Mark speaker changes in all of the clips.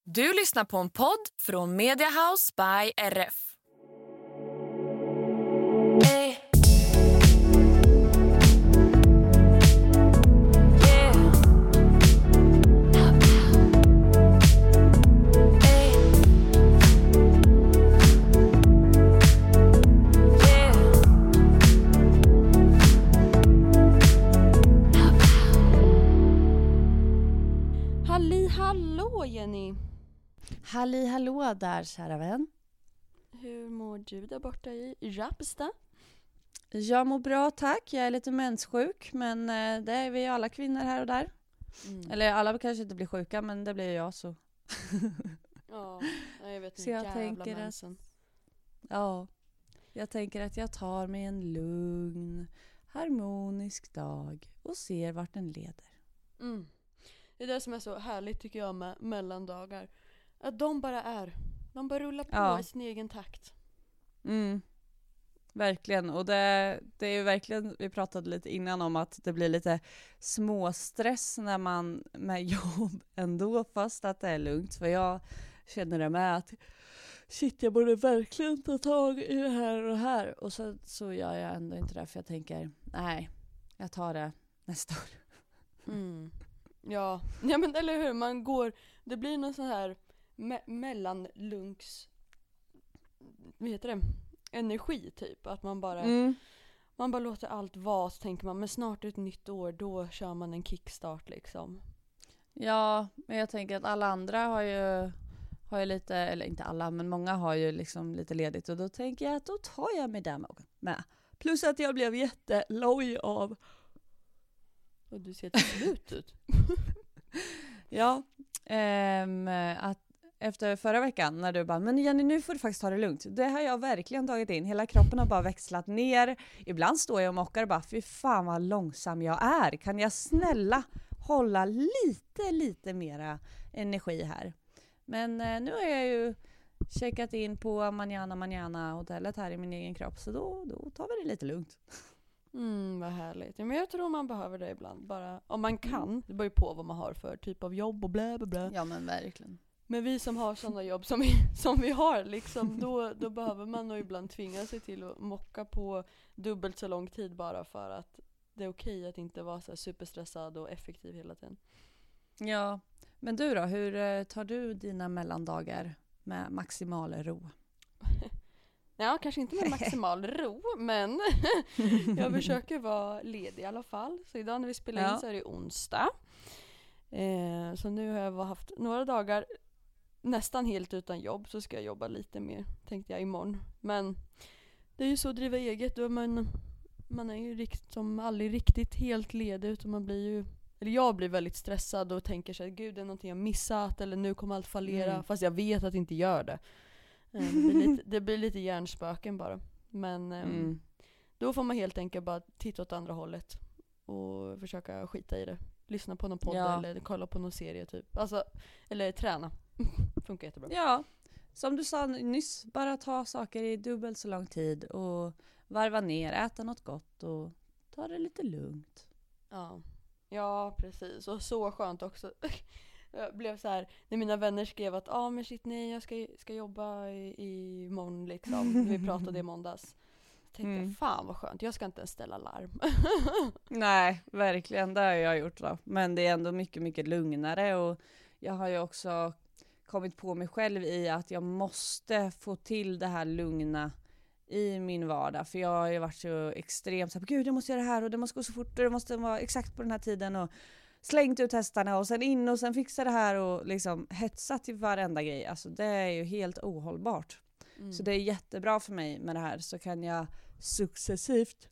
Speaker 1: Du lyssnar på en podd från Media House by RF.
Speaker 2: Hallå Jenny!
Speaker 3: Hallå där, kära vän.
Speaker 2: Hur mår du där borta i Rapsta?
Speaker 3: Jag mår bra, tack. Jag är lite menssjuk, men det är vi alla kvinnor här och där. Eller alla kanske inte blir sjuka, men det blir jag så.
Speaker 2: Ja, jag vet inte.
Speaker 3: Så jag tänker
Speaker 2: mensen.
Speaker 3: Jag tänker att jag tar mig en lugn, harmonisk dag och ser vart den leder.
Speaker 2: Det är det som är så härligt tycker jag med mellandagar. Att de bara är. De bara rullar på i sin egen takt.
Speaker 3: Verkligen. Och det är ju verkligen, vi pratade lite innan om att det blir lite småstress när man med jobb ändå, fast att det är lugnt. För jag känner det med att shit, jag borde verkligen ta tag i det här och det här. Och så gör jag ändå inte det, för jag tänker, nej, jag tar det nästa år.
Speaker 2: Ja, men eller hur, man går, det blir någon sån här mellanlunks, vad heter det, energi typ, att man bara man bara låter allt vara, så tänker man, men snart är ett nytt år, då kör man en kickstart liksom. Ja,
Speaker 3: men jag tänker att alla andra har ju lite, eller inte alla, men många har ju liksom lite ledigt, och då tänker jag att då tar jag mig där med. Plus att jag blev jätteloj av.
Speaker 2: Och du ser till slut ut.
Speaker 3: Ja, att efter förra veckan när du bara, men Jenny, nu får du faktiskt ta det lugnt. Det har jag verkligen tagit in. Hela kroppen har bara växlat ner. Ibland står jag och mockar och bara, fy fan vad långsam jag är. Kan jag snälla hålla lite mera energi här? Men nu har jag ju checkat in på Manana hotellet här i min egen kropp. Så då tar vi det lite lugnt.
Speaker 2: Vad härligt. Men jag tror man behöver det ibland. Bara om man kan. Det beror ju på vad man har för typ av jobb och blä bla bla.
Speaker 3: Ja, men verkligen.
Speaker 2: Men vi som har sådana jobb som vi har liksom, då behöver man nog ibland tvinga sig till att mocka på dubbelt så lång tid, bara för att det är okej att inte vara så här superstressad och effektiv hela tiden.
Speaker 3: Ja, men du då, hur tar du dina mellandagar med maximal ro?
Speaker 2: Ja, kanske inte med maximal ro, men jag försöker vara ledig i alla fall. Så idag när vi spelar in så är det onsdag. Så nu har jag haft några dagar nästan helt utan jobb, så ska jag jobba lite mer, tänkte jag, imorgon. Men det är ju så att driva eget, då man är ju som aldrig riktigt helt ledig, utan man blir ju, eller jag blir väldigt stressad och tänker så här, gud, det är någonting jag missat, eller nu kommer allt fallera, fast jag vet att det inte gör det. Det blir lite hjärnspöken bara. Men då får man helt enkelt bara titta åt andra hållet och försöka skita i det. Lyssna på någon podd eller kolla på någon serie typ. Alltså, eller träna. Funkar jättebra. Ja,
Speaker 3: som du sa nyss, bara ta saker i dubbelt så lång tid och varva ner, äta något gott och ta det lite lugnt.
Speaker 2: Ja, precis. Och så skönt också. Jag blev så här, när mina vänner skrev att men shit, nej, jag ska jobba i morgon liksom. Vi pratade i måndags. Jag tänkte, fan vad skönt, jag ska inte ens ställa larm.
Speaker 3: Nej, verkligen, det har jag gjort då. Men det är ändå mycket, mycket lugnare, och jag har ju också kommit på mig själv i att jag måste få till det här lugna i min vardag. För jag har ju varit så extremt så här, gud, jag måste göra det här och det måste gå så fort och det måste vara exakt på den här tiden, och slängt ut hästarna och sen in och sen fixa det här och liksom hetsa till varenda grej. Alltså det är ju helt ohållbart. Så det är jättebra för mig med det här, så kan jag successivt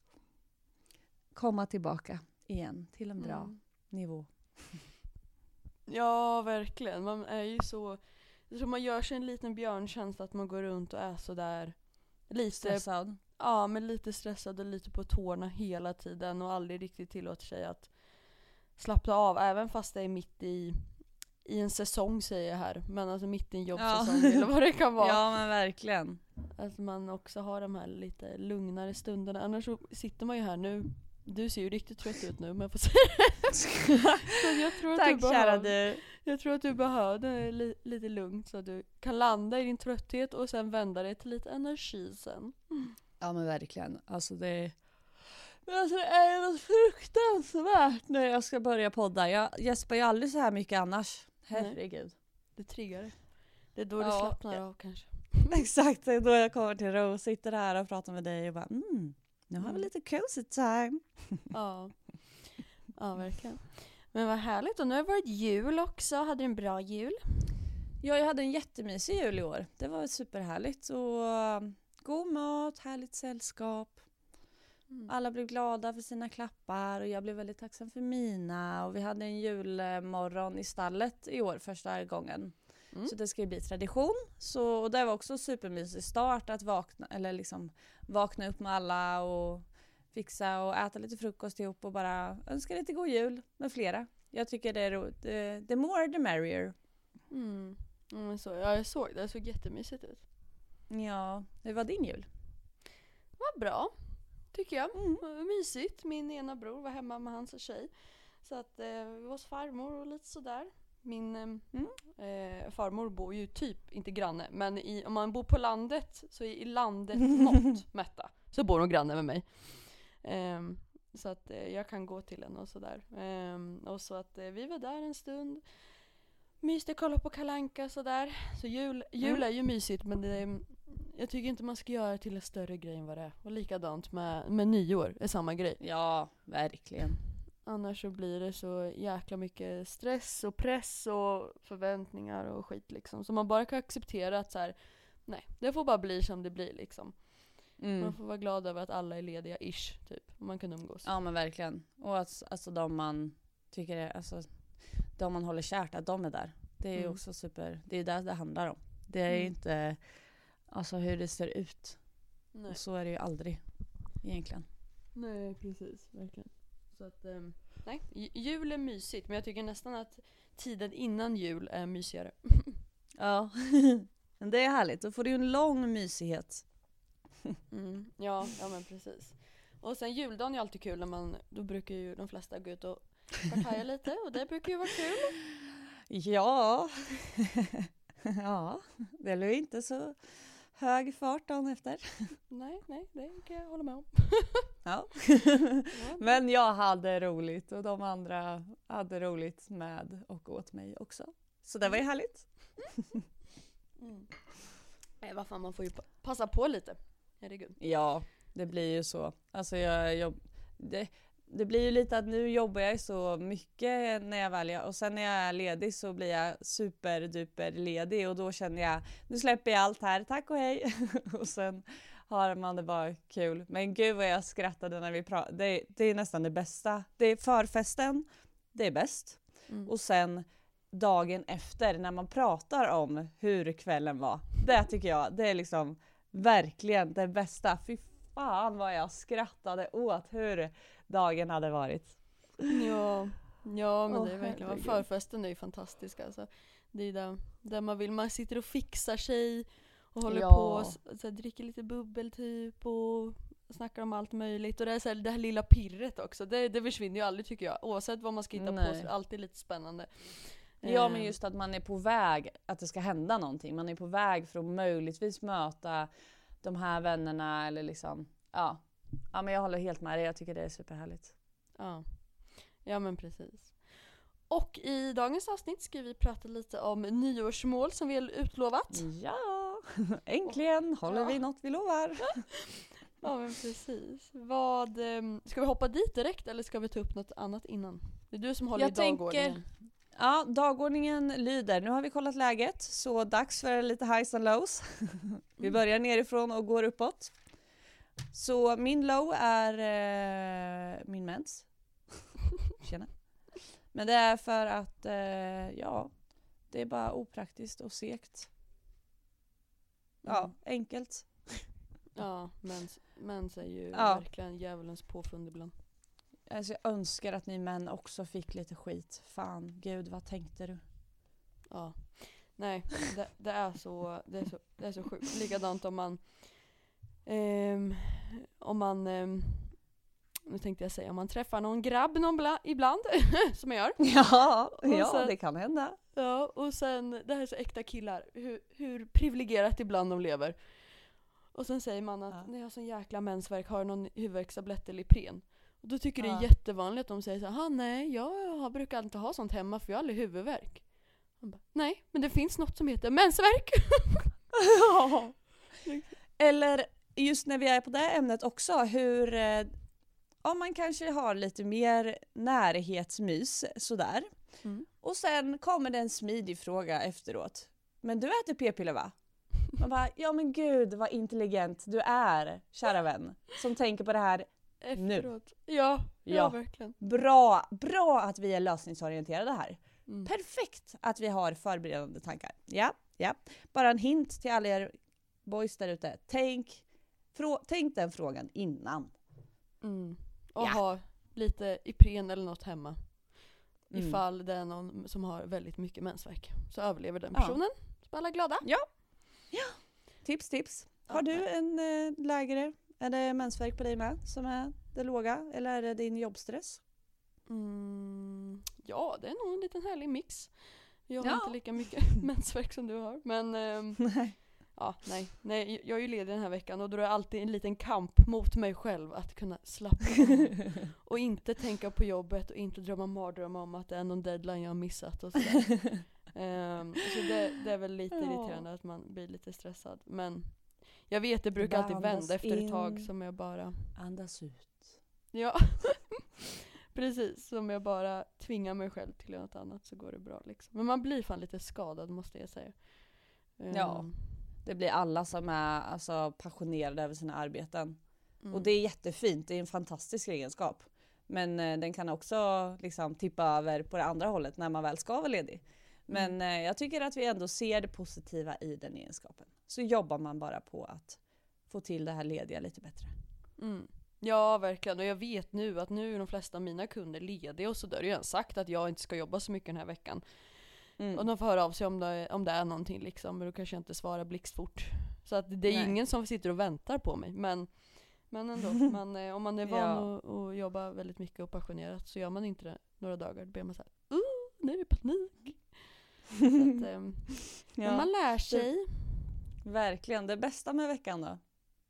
Speaker 3: komma tillbaka igen till en bra nivå.
Speaker 2: Ja, verkligen. Man är ju så, jag tror man gör sig en liten björntjänst att man går runt och är så där lite
Speaker 3: stressad.
Speaker 2: Ja, men lite stressad och lite på tårna hela tiden och aldrig riktigt tillåter sig att slappna av, även fast det är mitt i en säsong, säger jag här. Men alltså mitt i en jobbsäsong eller vad det kan vara.
Speaker 3: Ja, men verkligen.
Speaker 2: Att man också har de här lite lugnare stunderna. Annars så sitter man ju här nu Du ser ju riktigt trött ut nu, men jag får säga så jag tror att
Speaker 3: Tack kära du.
Speaker 2: Jag tror att du behöver lite lugnt så att du kan landa i din trötthet och sen vända dig till lite energi sen.
Speaker 3: Ja men verkligen. Alltså det är något fruktansvärt när jag ska börja podda. Jag gäspar ju aldrig så här mycket annars. Herregud.
Speaker 2: Det triggar dig. Det är då du slappnar av kanske.
Speaker 3: Exakt, det är då jag kommer till ro. Sitter här och pratar med dig och bara nu har vi lite cozy time.
Speaker 2: Ja. Ja, verkligen. Men vad härligt. Och nu har det varit jul också. Hade du en bra jul?
Speaker 3: Ja, jag hade en jättemysig jul i år. Det var superhärligt. Och god mat, härligt sällskap. Alla blev glada för sina klappar och jag blev väldigt tacksam för mina. Och vi hade en julmorgon i stallet i år första gången. Så det ska ju bli tradition. Så och det var också supermysig start att vakna upp med alla och fixa och äta lite frukost ihop och bara önska lite god jul med flera. Jag tycker det är roligt. The more the merrier.
Speaker 2: Jag såg det. Det såg jättemysigt ut.
Speaker 3: Ja, det var din jul.
Speaker 2: Vad bra, tycker jag. Mysigt. Min ena bror var hemma med hans tjej. Så att vi var hos farmor och lite sådär. Min farmor bor ju typ, inte granne, men om man bor på landet så i landet mått mätta så bor hon granne med mig. Så att jag kan gå till henne och sådär. Och så att vi var där en stund. Myste kolla på Kalle Anka sådär. Så jul är ju mysigt, men jag tycker inte man ska göra det till en större grej än vad det är. Och likadant med nyår är samma grej.
Speaker 3: Ja, verkligen.
Speaker 2: Annars så blir det så jäkla mycket stress och press och förväntningar och skit liksom. Så man bara kan acceptera att så här, nej, det får bara bli som det blir liksom. Man får vara glad över att alla är lediga ish typ. Och man kan umgås.
Speaker 3: Ja men verkligen. Och att alltså, de man tycker är, alltså, de man håller kärt, att de är där. Det är ju också super. Det är där det handlar om. Det är ju inte alltså hur det ser ut. Nej. Och så är det ju aldrig egentligen.
Speaker 2: Nej, precis. Verkligen. Så att, nej, jul är mysigt. Men jag tycker nästan att tiden innan jul är mysigare.
Speaker 3: Ja, men det är härligt. Då får du ju en lång mysighet.
Speaker 2: Ja, men precis. Och sen juldagen är alltid kul. Då brukar ju de flesta gå ut och partaja lite. Och det brukar ju vara kul.
Speaker 3: Ja. Ja, det är ju inte så hög fart dagen efter.
Speaker 2: Nej, det kan jag hålla med om.
Speaker 3: Ja. Men jag hade roligt och de andra hade roligt med och åt mig också. Så det var ju härligt.
Speaker 2: Vad fan, man får ju passa på lite. Herregud.
Speaker 3: Ja, det blir ju så. Alltså det blir ju lite att nu jobbar jag så mycket när jag väljer och sen när jag är ledig så blir jag superduper ledig och då känner jag, nu släpper jag allt här, tack och hej. Och sen har man det bara kul. Men gud vad jag skrattade när vi pratade. Det är nästan det bästa. Det är förfesten, det är bäst. Och sen dagen efter när man pratar om hur kvällen var. Det tycker jag, det är liksom verkligen det bästa. Fy fan vad jag skrattade åt hur dagen hade varit.
Speaker 2: Ja men det är verkligen. Förfesten är ju fantastisk alltså. Det är där man sitter och fixar sig och håller på så här, dricker lite bubbel typ och snackar om allt möjligt och det är så här, det här lilla pirret också. Det försvinner ju aldrig tycker jag. Oavsett vad man ska hitta på så är det alltid lite spännande.
Speaker 3: Ja men just att man är på väg att det ska hända någonting. Man är på väg för att möjligtvis möta de här vännerna eller liksom ja men jag håller helt med dig. Jag tycker det är superhärligt.
Speaker 2: Ja men precis. Och i dagens avsnitt ska vi prata lite om nyårsmål som vi har utlovat.
Speaker 3: Ja, äntligen håller vi något vi lovar.
Speaker 2: Ja men precis. Ska vi hoppa dit direkt eller ska vi ta upp något annat innan? Det är du som håller i dagordningen.
Speaker 3: Ja, dagordningen lyder. Nu har vi kollat läget så dags för lite highs and lows. Vi börjar nerifrån och går uppåt. Så min low är min mens. Tjena. Men det är för att det är bara opraktiskt och segt. Ja, enkelt.
Speaker 2: Ja, mens är ju verkligen djävulens påfund ibland.
Speaker 3: Alltså jag önskar att ni män också fick lite skit. Fan, gud, vad tänkte du?
Speaker 2: Ja, nej, det är så sjukt. Likadant om man nu tänkte jag säga, om man träffar någon grabb ibland, som jag gör.
Speaker 3: Ja,
Speaker 2: sen,
Speaker 3: det kan hända.
Speaker 2: Ja, och sen, det här är så äkta killar, hur privilegierat ibland de lever. Och sen säger man att när jag har sån jäkla mensvärk, har någon huvudvärkstablett eller Ipren. Och då tycker det är jättevanligt att de säger så här, nej, jag brukar inte ha sånt hemma för jag har aldrig huvudvärk. Man bara, nej, men det finns något som heter mensvärk.
Speaker 3: Ja. Eller just när vi är på det här ämnet också, hur om man kanske har lite mer närhetsmys sådär. Och sen kommer det en smidig fråga efteråt. Men du äter p-piller, va? Man bara, ja men gud vad intelligent du är, kära vän, som tänker på det här efteråt.
Speaker 2: Nu. Ja, verkligen.
Speaker 3: Bra att vi är lösningsorienterade här. Perfekt att vi har förberedande tankar. Ja. Bara en hint till alla er boys där ute. Tänk den frågan innan.
Speaker 2: Och ha lite Ipren eller något hemma. Ifall det är någon som har väldigt mycket mensvärk. Så överlever den personen. Så är alla glada.
Speaker 3: Ja. Tips. Har du en lägre, är det mensvärk på dig med som är det låga? Eller är det din jobbstress?
Speaker 2: Ja, det är nog en liten härlig mix. Jag har inte lika mycket mensvärk som du har. Men nej, jag är ju ledig den här veckan. Och då är det alltid en liten kamp mot mig själv att kunna slappna av. Och inte tänka på jobbet och inte drömma mardrömmar om att det är någon deadline jag har missat. Och så det är väl lite irriterande att man blir lite stressad. Men jag vet, det brukar alltid vända efter ett tag som jag bara...
Speaker 3: Andas ut.
Speaker 2: Ja, precis. Som jag bara tvingar mig själv till något annat så går det bra liksom. Men man blir fan lite skadad, måste jag säga.
Speaker 3: Ja, det blir alla som är alltså passionerade över sina arbeten. Och det är jättefint, det är en fantastisk egenskap. Men den kan också liksom tippa över på det andra hållet när man väl ska vara ledig. Men jag tycker att vi ändå ser det positiva i den egenskapen. Så jobbar man bara på att få till det här lediga lite bättre.
Speaker 2: Ja, verkligen. Och jag vet nu att nu är de flesta av mina kunder lediga och så där. Jag har sagt att jag inte ska jobba så mycket den här veckan. Och de får höra av sig om det är någonting liksom. Men då kanske jag inte svarar blixtfort. Så att det är ingen som sitter och väntar på mig. Men ändå, om man är van att jobba väldigt mycket och passionerat så gör man inte det några dagar. Då blir man så här, nu är det panik. Så att, men man lär sig.
Speaker 3: Verkligen. Det bästa med veckan då?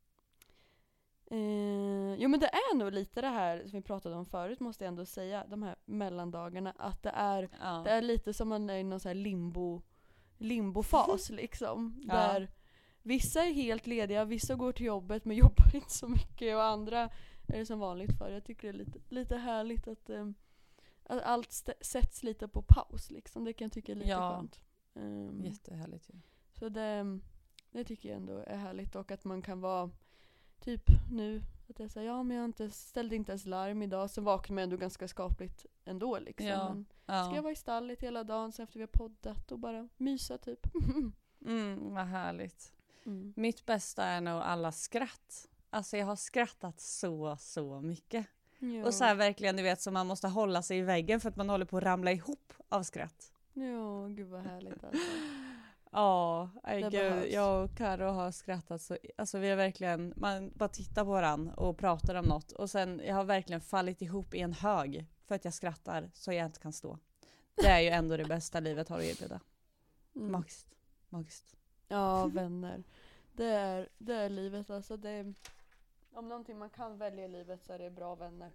Speaker 2: Jo, men det är nog lite det här som vi pratade om förut, måste jag ändå säga. De här mellandagarna. Att det är lite som man är i någon så här limbofas liksom. Där vissa är helt lediga, vissa går till jobbet men jobbar inte så mycket. Och andra är det som vanligt för. Jag tycker det är lite härligt att allt sätts lite på paus liksom. Det kan jag tycka är lite skönt.
Speaker 3: Jättehärligt ju.
Speaker 2: Så det tycker jag ändå är härligt. Och att man kan vara typ nu att jag säger men jag ställde inte ens larm idag, så vaknar man ändå ganska skapligt ändå liksom. Ska jag vara i stallet hela dagen sen efter vi har poddat och bara mysa typ.
Speaker 3: Vad härligt. Mitt bästa är nog alla skratt. Alltså jag har skrattat så mycket. Ja. Och så här verkligen, du vet, så man måste hålla sig i väggen för att man håller på att ramla ihop av skratt.
Speaker 2: Ja, gud vad härligt alltså.
Speaker 3: Ja, gud, jag och Karo har skrattat så, alltså vi har verkligen, man bara tittar på varandra och pratar om något och sen jag har verkligen fallit ihop i en hög för att jag skrattar så jag inte kan stå. Det är ju ändå det bästa livet har att erbjuda. Magiskt.
Speaker 2: Ja, vänner. Det är livet alltså. Om någonting man kan välja i livet så är det bra vänner.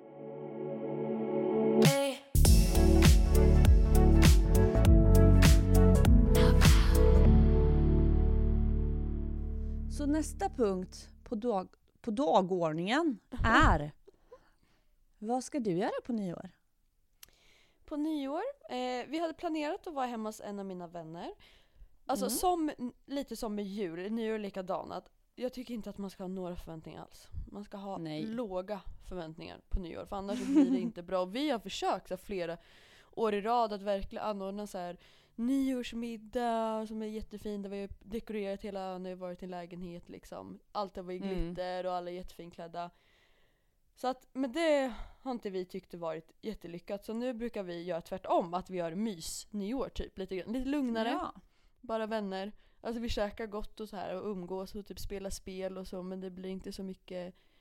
Speaker 3: Så nästa punkt på dagordningen är vad ska du göra på nyår?
Speaker 2: På nyår? Vi hade planerat att vara hemma hos en av mina vänner. Alltså lite som med jul. Nyår är likadant. Jag tycker inte att man ska ha några förväntningar alls. Man ska ha låga förväntningar på nyår. För annars blir det inte bra. Vi har försökt flera år i rad att verkligen anordna så här nyårsmiddag som är jättefin. Där vi har dekorerat hela ön och varit i en lägenhet liksom. Allt var i glitter och alla är jättefinklädda. Så att, men det har inte vi tyckt varit jättelyckat. Så nu brukar vi göra tvärtom. Att vi gör nyår typ. Lite lugnare. Ja. Bara vänner. Alltså vi käkar gott och så här och umgås och typ spela spel och så. Men det blir inte så mycket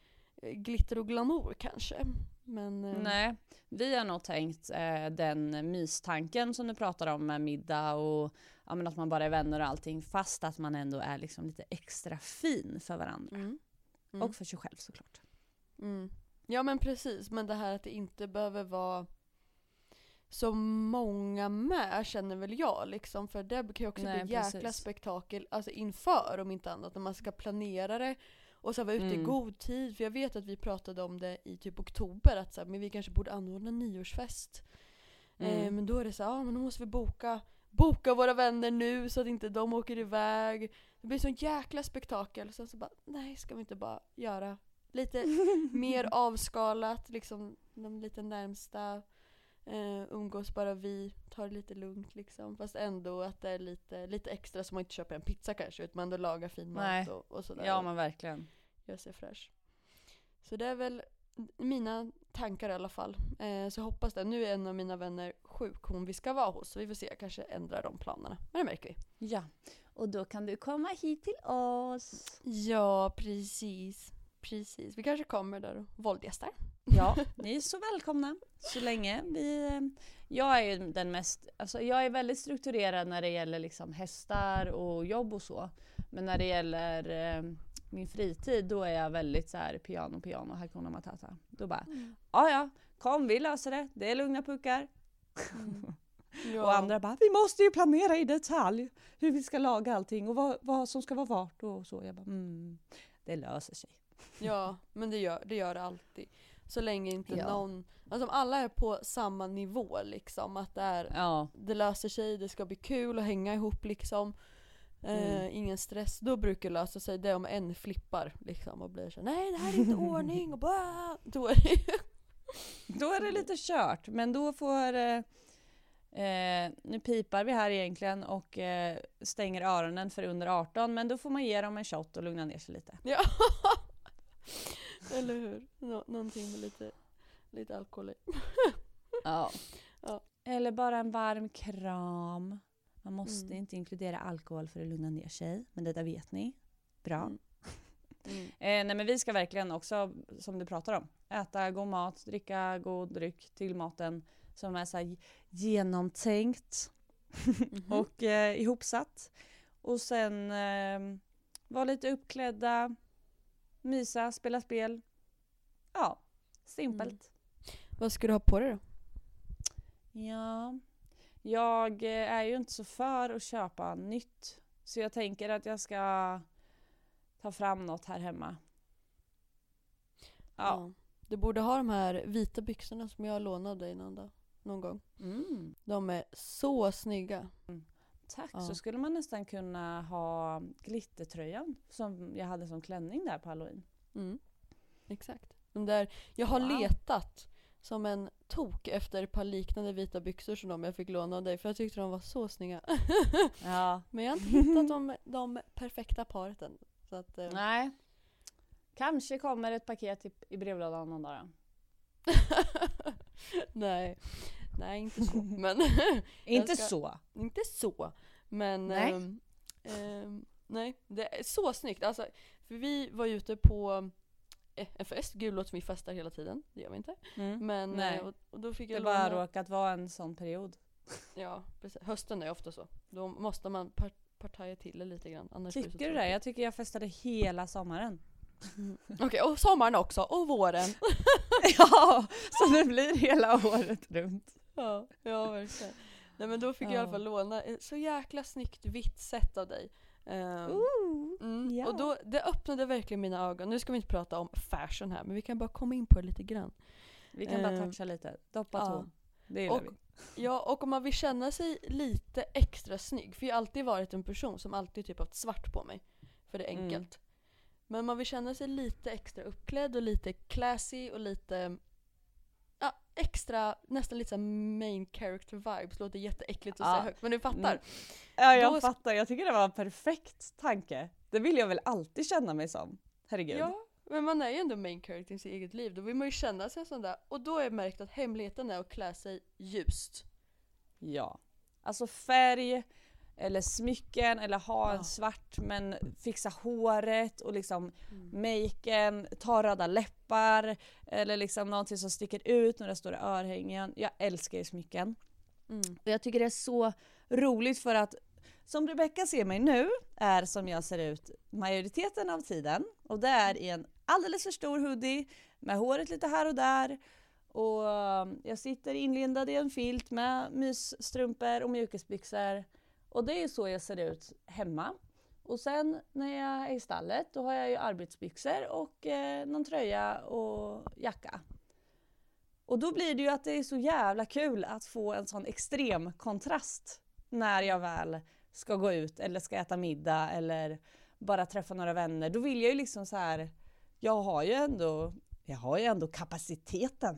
Speaker 2: glitter och glamour kanske. Men,
Speaker 3: Nej, vi har nog tänkt den mystanken som du pratar om med middag och ja, men att man bara är vänner och allting, fast att man ändå är liksom lite extra fin för varandra. Och för sig själv såklart.
Speaker 2: Ja men precis, men det här att det inte behöver vara så många med, känner väl jag liksom, för det kan ju också bli ett jäkla spektakel, alltså inför om inte annat, när man ska planera det och så vara ute i god tid, för jag vet att vi pratade om det i typ oktober, att så här, men vi kanske borde anordna nyårsfest. Men då är det så här, men då måste vi boka våra vänner nu så att inte de åker iväg. Det blir så jäkla spektakel, så bara, nej, ska vi inte bara göra lite mer avskalat, liksom de lite närmsta, umgås bara vi, tar det lite lugnt liksom, fast ändå att det är lite extra, så man inte köper en pizza kanske, utan man ändå lagar fin mat och sådär.
Speaker 3: Ja men verkligen.
Speaker 2: Gör sig fräsch. Så det är väl mina tankar i alla fall. Så jag hoppas det. Nu är en av mina vänner sjuk, hon vi ska vara hos, så vi får se, kanske ändra de planerna. Men det märker vi.
Speaker 3: Ja, och då kan du komma hit till oss.
Speaker 2: Ja, precis. Vi kanske kommer där och våldgästar.
Speaker 3: Ja, ni är så välkomna. Så länge jag är ju den mest, alltså jag är väldigt strukturerad när det gäller liksom hästar och jobb och så. Men när det gäller min fritid, då är jag väldigt så här piano, Hakuna Matata. Då bara, ja, kom, vi löser det. Det är lugna puckar. Ja. Och andra bara, vi måste ju planera i detalj hur vi ska laga allting och vad som ska vara vart och så. Jag bara, det löser sig.
Speaker 2: Ja, men det gör det alltid. Så länge inte någon, alltså om alla är på samma nivå liksom, att det löser sig, det ska bli kul att hänga ihop liksom. Ingen stress, då brukar det lösa sig. Det om en flippar liksom och blir så, nej det här är inte ordning och bara, då är det
Speaker 3: lite kört, men då får nu pipar vi här egentligen och stänger öronen för under 18, men då får man ge dem en shot och lugna ner sig lite.
Speaker 2: Ja. Eller hur? Någonting med lite alkohol i.
Speaker 3: Ja. Eller bara en varm kram. Man måste inte inkludera alkohol för att lugna ner sig. Men det där vet ni. Bra. Nej, men vi ska verkligen också, som du pratar om, äta god mat, dricka god dryck till maten som är så här genomtänkt och ihopsatt. Och sen vara lite uppklädda, mysa, spela spel. Ja, simpelt.
Speaker 2: Vad ska du ha på dig då?
Speaker 3: Ja, jag är ju inte så för att köpa nytt. Så jag tänker att jag ska ta fram något här hemma. Ja.
Speaker 2: Du borde ha de här vita byxorna som jag lånade dig någon gång. De är så snygga.
Speaker 3: Tack, så skulle man nästan kunna ha glittertröjan som jag hade som klänning där på Halloween.
Speaker 2: Exakt. De där, jag har letat som en tok efter ett par liknande vita byxor som jag fick låna av dig, för jag tyckte de var så snygga.
Speaker 3: Ja.
Speaker 2: Men jag har inte hittat de perfekta paret än. Så att,
Speaker 3: nej. Kanske kommer ett paket i brevlådan någon dag.
Speaker 2: Nej, inte så. Men
Speaker 3: inte så.
Speaker 2: Men
Speaker 3: nej.
Speaker 2: Nej, det är så snyggt. Alltså, för vi var ute på en fest, gud låter som vi festar hela tiden. Det gör vi inte. Men
Speaker 3: nej.
Speaker 2: Och då fick jag
Speaker 3: det bara råkat vara en sån period.
Speaker 2: Ja, precis. Hösten är ofta så. Då måste man partaja till det lite grann. Annars
Speaker 3: tycker du det? Jag tycker jag festade hela sommaren.
Speaker 2: Okej, och sommaren också. Och våren.
Speaker 3: Ja, så det blir hela året runt.
Speaker 2: Ja, verkligen. Nej, men då fick jag i alla fall låna ett så jäkla snyggt vitt set av dig. Ja. Och då, det öppnade verkligen mina ögon. Nu ska vi inte prata om fashion här, men vi kan bara komma in på det lite grann.
Speaker 3: Vi kan bara toucha lite, doppa tå. Det gillar vi.
Speaker 2: Ja, och om man vill känna sig lite extra snygg, för jag har alltid varit en person som alltid typ haft svart på mig, för det är enkelt. Men man vill känna sig lite extra uppklädd och lite classy och lite extra, nästan lite så main character vibes. Låter jätteäckligt att säga högt, men du fattar.
Speaker 3: Ja, jag fattar. Jag tycker det var en perfekt tanke. Det vill jag väl alltid känna mig som. Herregud.
Speaker 2: Ja, men man är ju ändå main character i sitt eget liv. Då vill man ju känna sig sån där. Och då har jag märkt att hemligheten är att klä sig ljust.
Speaker 3: Ja. Alltså färg, eller smycken eller ha en svart men fixa håret och liksom maken, ta röda läppar eller liksom någonting som sticker ut när det står örhängen. Jag älskar ju smycken. Och jag tycker det är så roligt för att som Rebecca ser mig nu är som jag ser ut majoriteten av tiden. Och det är i en alldeles för stor hoodie med håret lite här och där. Och jag sitter inlindad i en filt med mysstrumpor och mjukisbyxor. Och det är så jag ser ut hemma. Och sen när jag är i stallet då har jag ju arbetsbyxor och någon tröja och jacka. Och då blir det ju att det är så jävla kul att få en sån extrem kontrast när jag väl ska gå ut eller ska äta middag eller bara träffa några vänner. Då vill jag ju liksom så här, jag har ju ändå kapaciteten.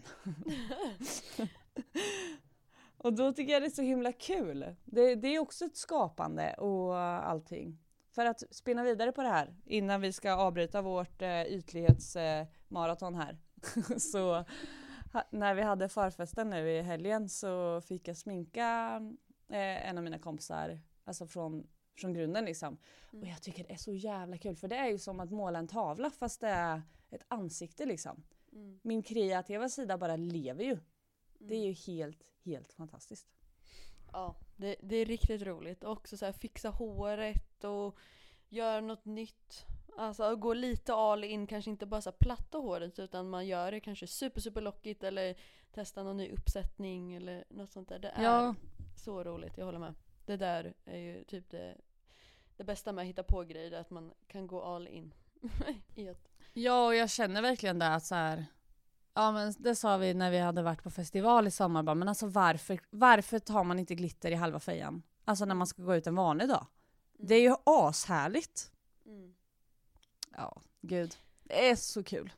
Speaker 3: Och då tycker jag det är så himla kul. Det är också ett skapande och allting. För att spinna vidare på det här innan vi ska avbryta vårt ytlighetsmaraton här. Så när vi hade förfesten nu i helgen så fick jag sminka en av mina kompisar, alltså från grunden liksom. Och jag tycker det är så jävla kul för det är ju som att måla en tavla fast det är ett ansikte liksom. Min kreativa sida bara lever ju. Det är ju helt fantastiskt.
Speaker 2: Ja, det är riktigt roligt. Och också så här, fixa håret och göra något nytt. Alltså gå lite all in, kanske inte bara så här platta håret utan man gör det kanske super lockigt eller testa någon ny uppsättning eller något sånt där. Det är så roligt, jag håller med. Det där är ju typ det bästa med att hitta på grejer, att man kan gå all in.
Speaker 3: Ja, och jag känner verkligen det att så här, ja men det sa vi när vi hade varit på festival i sommar bara, men alltså varför tar man inte glitter i halva fejan? Alltså när man ska gå ut en vanlig dag. Det är ju ashärligt. Ja, gud. Det är så kul.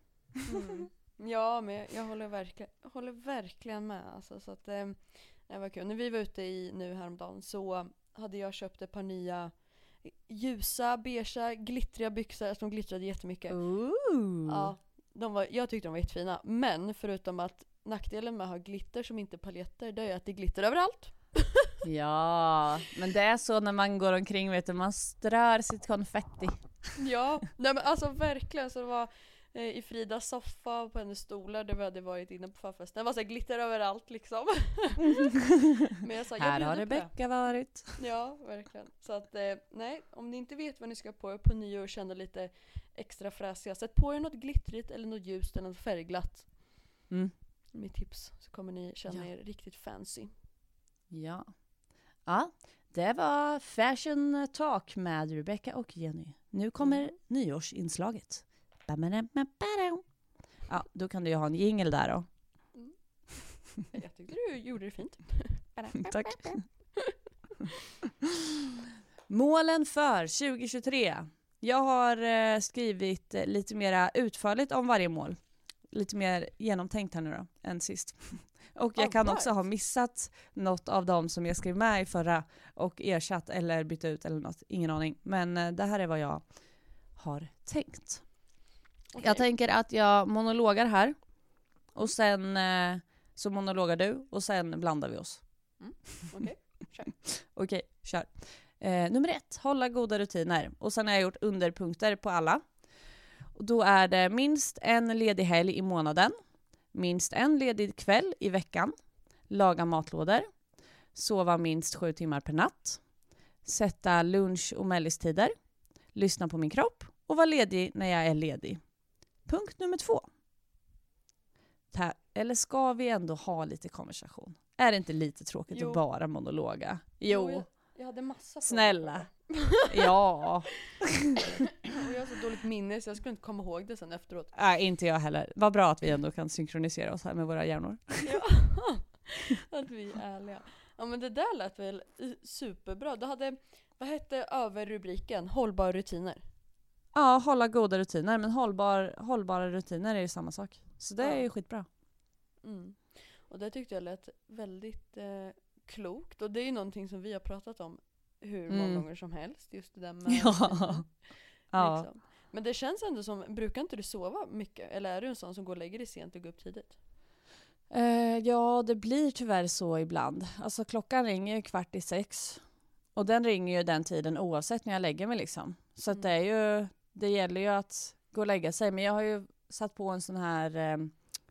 Speaker 2: Ja, men jag håller verkligen med. Alltså, så att det var kul. När vi var ute nu häromdagen så hade jag köpt ett par nya ljusa, beigea, glittriga byxor. Alltså, de glittrade jättemycket. Ja, jag tyckte de var jättefina. Men förutom att nackdelen med att ha glitter som inte är paljetter, det är att det glitter överallt.
Speaker 3: Ja, men det är så när man går omkring, vet du, man strör sitt konfetti. Ja,
Speaker 2: nej men alltså verkligen, så det var i Fridas soffa och på hennes stolar där vi hade varit inne på förfesten. Det var så glitter överallt liksom. Men jag sa,
Speaker 3: här har Rebecca varit.
Speaker 2: Ja, verkligen. Så att nej, om ni inte vet vad ni ska på nyår och känna lite extra fräsiga, sätt på er något glittrigt eller något ljust eller något färgglatt. Mitt tips, så kommer ni känna er riktigt fancy.
Speaker 3: Ja. Ja, det var Fashion Talk med Rebecca och Jenny. Nu kommer nyårsinslaget. Ja, då kan du ju ha en jingle där då.
Speaker 2: Jag tyckte du gjorde det fint.
Speaker 3: Tack. Målen för 2023. Jag har skrivit lite mer utförligt om varje mål. Lite mer genomtänkt här nu då, än sist. Och jag kan också ha missat något av dem som jag skrev med i förra och ersatt eller bytt ut eller något. Ingen aning. Men det här är vad jag har tänkt. Okay. Jag tänker att jag monologar här och sen så monologar du och sen blandar vi oss. Okej, kör. Nummer 1, hålla goda rutiner. Och sen har jag gjort underpunkter på alla. Och då är det minst en ledig helg i månaden. Minst en ledig kväll i veckan. Laga matlådor. Sova minst 7 timmar per natt. Sätta lunch- och mellistider. Lyssna på min kropp. Och vara ledig när jag är ledig. Punkt nummer 2. Eller ska vi ändå ha lite konversation? Är det inte lite tråkigt att bara monologa? Jo.
Speaker 2: Jag hade massa
Speaker 3: snälla. Ja.
Speaker 2: Och jag har så dåligt minne så jag skulle inte komma ihåg det sen efteråt.
Speaker 3: Nej, inte jag heller. Vad bra att vi ändå kan synkronisera oss här med våra hjärnor.
Speaker 2: Ja, att vi är ärliga. Ja, men det där lät väl superbra. Du hade, vad hette överrubriken? Hållbara rutiner.
Speaker 3: Ja, hålla goda rutiner. Men hållbara rutiner är ju samma sak. Så det är ju skitbra.
Speaker 2: Och det tyckte jag lät väldigt klokt. Och det är ju någonting som vi har pratat om hur många gånger som helst. Just det där med liksom. Men det känns ändå som, brukar inte du sova mycket? Eller är du en sån som går och lägger dig sent och går upp tidigt?
Speaker 3: Ja, det blir tyvärr så ibland. Alltså klockan ringer 5:45. Och den ringer ju den tiden oavsett när jag lägger mig liksom. Så att det gäller ju att gå och lägga sig. Men jag har ju satt på en sån här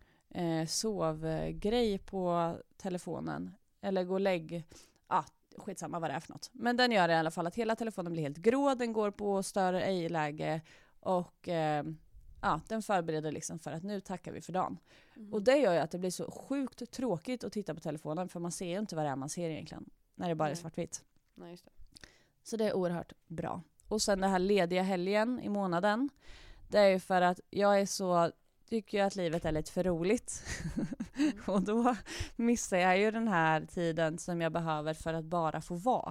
Speaker 3: sovgrej på telefonen. Eller gå och lägg... skitsamma vad det är för något. Men den gör i alla fall att hela telefonen blir helt grå. Den går på större ej-läge. Och den förbereder liksom för att nu tackar vi för dagen. Och det gör ju att det blir så sjukt tråkigt att titta på telefonen. För man ser ju inte vad det är man ser egentligen. När det bara är svartvitt.
Speaker 2: Nej, just det.
Speaker 3: Så det är oerhört bra. Och sen det här lediga helgen i månaden. Det är ju för att tycker jag att livet är lite för roligt. Och då missar jag ju den här tiden som jag behöver för att bara få vara.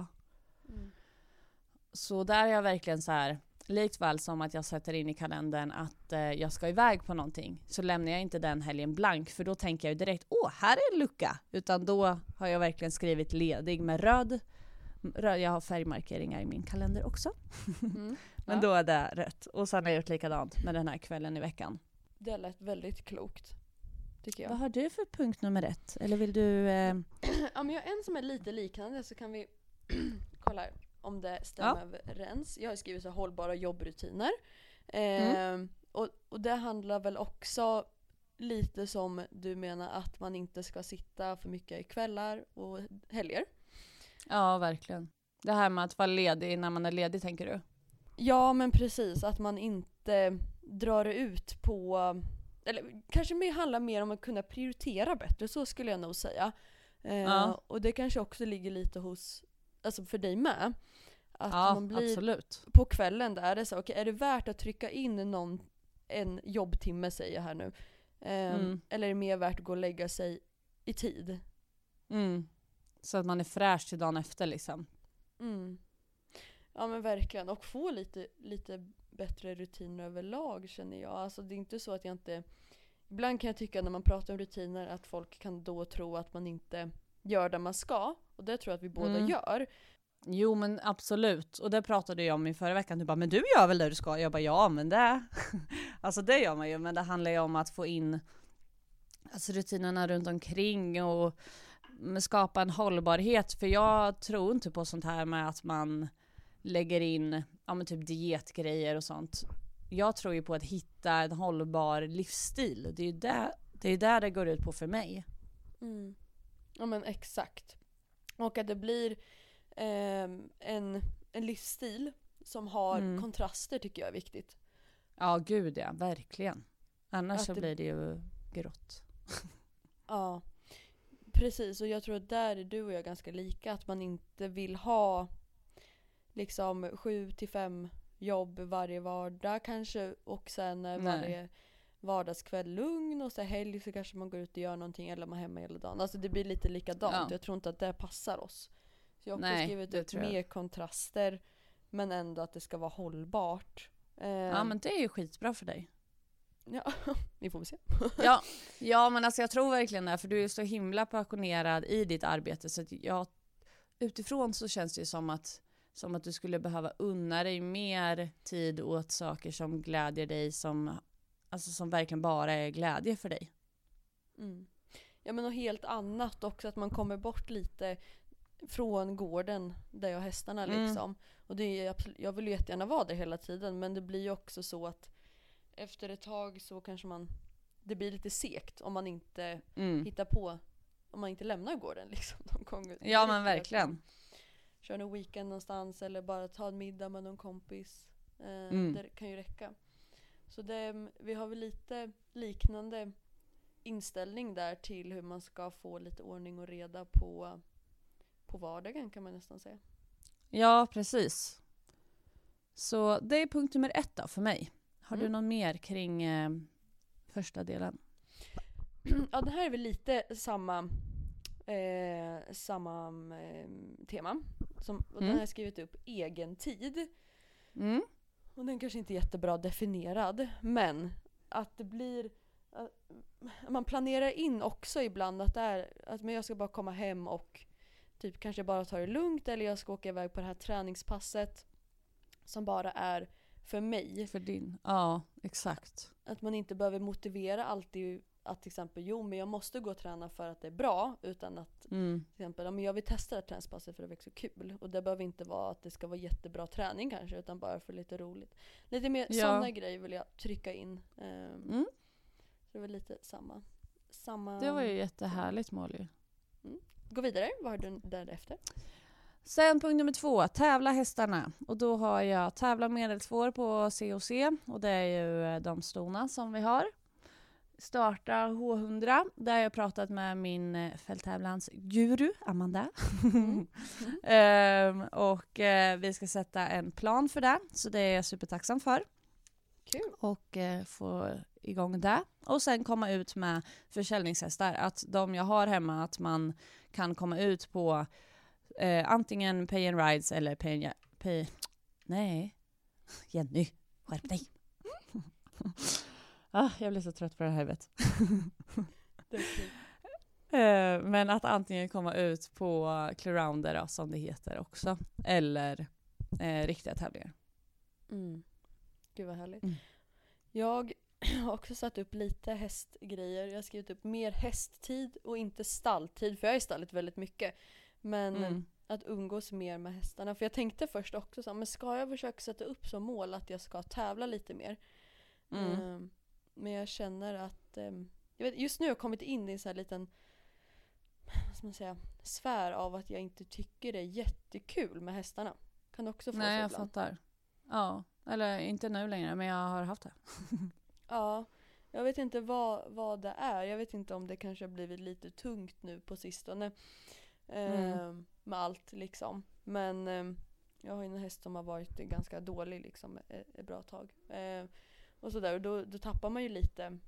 Speaker 3: Så där är jag verkligen så här, likväl som att jag sätter in i kalendern att jag ska iväg på någonting, så lämnar jag inte den helgen blank, för då tänker jag ju direkt, här är en lucka. Utan då har jag verkligen skrivit ledig med röd. Jag har färgmarkeringar i min kalender också. Men då är det rött. Och sen har jag gjort likadant med den här kvällen i veckan.
Speaker 2: Det lät väldigt klokt, tycker jag.
Speaker 3: Vad har du för punkt nummer 1? Eller vill du...
Speaker 2: Ja, men jag har en som är lite liknande, så kan vi kolla om det stämmer överens. Jag har skrivit så hållbara jobbrutiner. Och det handlar väl också lite som du menar, att man inte ska sitta för mycket i kvällar och helger.
Speaker 3: Ja, verkligen. Det här med att vara ledig när man är ledig, tänker du?
Speaker 2: Ja, men precis. Att man inte drar ut på... Eller kanske handlar mer om att kunna prioritera bättre, så skulle jag nog säga. Och det kanske också ligger lite hos... Alltså för dig med. Att man blir
Speaker 3: absolut.
Speaker 2: På kvällen där är det så, är det värt att trycka in en jobbtimme, säger jag här nu. Eller är det mer värt att gå och lägga sig i tid?
Speaker 3: Så att man är fräsch till dagen efter liksom.
Speaker 2: Ja, men verkligen. Och få lite bättre rutiner överlag, känner jag. Alltså det är inte så att jag inte... Ibland kan jag tycka när man pratar om rutiner att folk kan då tro att man inte gör det man ska. Och det tror jag att vi båda gör.
Speaker 3: Jo, men absolut. Och det pratade jag om i förra veckan. Du bara, men du gör väl det du ska? Jag bara, ja, men det... alltså det gör man ju. Men det handlar ju om att få in rutinerna runt omkring och skapa en hållbarhet. För jag tror inte på sånt här med att man lägger in typ dietgrejer och sånt. Jag tror ju på att hitta en hållbar livsstil. Det är ju där det går ut på för mig.
Speaker 2: Ja, men exakt. Och att det blir en livsstil som har kontraster, tycker jag är viktigt.
Speaker 3: Ja, gud ja, verkligen. Annars så blir det ju grått.
Speaker 2: Ja, precis. Och jag tror att där är du och jag ganska lika. Att man inte vill ha liksom 7-5 jobb varje vardag kanske. Och sen varje vardagskväll lugn. Och så helg så kanske man går ut och gör någonting. Eller man är hemma hela dagen. Alltså det blir lite likadant. Ja. Jag tror inte att det passar oss. Så jag har också skrivit ut mer kontraster. Men ändå att det ska vara hållbart.
Speaker 3: Ja, men det är ju skitbra för dig.
Speaker 2: Ja, vi får väl se.
Speaker 3: ja, men alltså jag tror verkligen det. För du är så himla passionerad i ditt arbete. Så att utifrån så känns det ju som att du skulle behöva unna dig mer tid åt saker som glädjer dig. Som verkligen bara är glädje för dig.
Speaker 2: Ja, men något helt annat också. Att man kommer bort lite från gården där jag har hästarna liksom. Och det är jag vill ju jättegärna vara där hela tiden. Men det blir ju också så att efter ett tag så kanske det blir lite segt om man inte hittar på, om man inte lämnar gården liksom någon gång.
Speaker 3: Ja, men verkligen.
Speaker 2: Kör en weekend någonstans eller bara ta en middag med någon kompis. Det kan ju räcka. Så vi har väl lite liknande inställning där till hur man ska få lite ordning och reda på vardagen, kan man nästan säga.
Speaker 3: Ja, precis. Så det är punkt nummer 1 då för mig. Har du någon mer kring första delen?
Speaker 2: Ja, det här är väl lite samma tema. Och den har jag skrivit upp egen tid. Och den kanske inte är jättebra definierad. Men att det blir... man planerar in också ibland att men jag ska bara komma hem och typ kanske bara ta det lugnt. Eller jag ska åka iväg på det här träningspasset som bara är för mig.
Speaker 3: För din. Ja, exakt.
Speaker 2: Att man inte behöver motivera alltid att till exempel, men jag måste gå och träna för att det är bra, utan att till exempel, men jag vill testa det här träningspasset för det är så kul. Och det behöver inte vara att det ska vara jättebra träning kanske, utan bara för lite roligt. Lite mer sådana grejer vill jag trycka in. Så det var lite samma.
Speaker 3: Det var ju jättehärligt mål ju.
Speaker 2: Gå vidare, vad har du därefter?
Speaker 3: Sen punkt nummer 2, tävla hästarna. Och då har jag tävla medelsvår på COC. Och det är ju de stona som vi har. Starta H100. Där har jag pratat med min fälttävlansguru, Amanda. Och vi ska sätta en plan för det. Så det är jag supertacksam för.
Speaker 2: Kul.
Speaker 3: Och få igång det. Och sen komma ut med försäljningshästar. Att de jag har hemma, att man kan komma ut på antingen pay and rides eller Jenny, skärp dig. Jag blir så trött på det här vet. Men att antingen komma ut på clearounder då, som det heter också. Eller riktiga tävlingar.
Speaker 2: Gud vad härligt. Jag har också satt upp lite hästgrejer. Jag har skrivit upp mer hästtid och inte stalltid. För jag är i stallet väldigt mycket. Men att umgås mer med hästarna. För jag tänkte först också så här, men ska jag försöka sätta upp som mål att jag ska tävla lite mer? Men jag känner att just nu har jag kommit in i en så här liten, vad ska man säga, sfär av att jag inte tycker det är jättekul med hästarna. Kan också få
Speaker 3: Nej, jag
Speaker 2: ibland.
Speaker 3: fattar. Ja, eller inte nu längre, men jag har haft det.
Speaker 2: Ja, jag vet inte vad det är. Jag vet inte om det kanske har blivit lite tungt nu på sistone. Med allt liksom. Men jag har ju en häst som har varit ganska dålig liksom ett bra tag. Och sådär, och då tappar man ju lite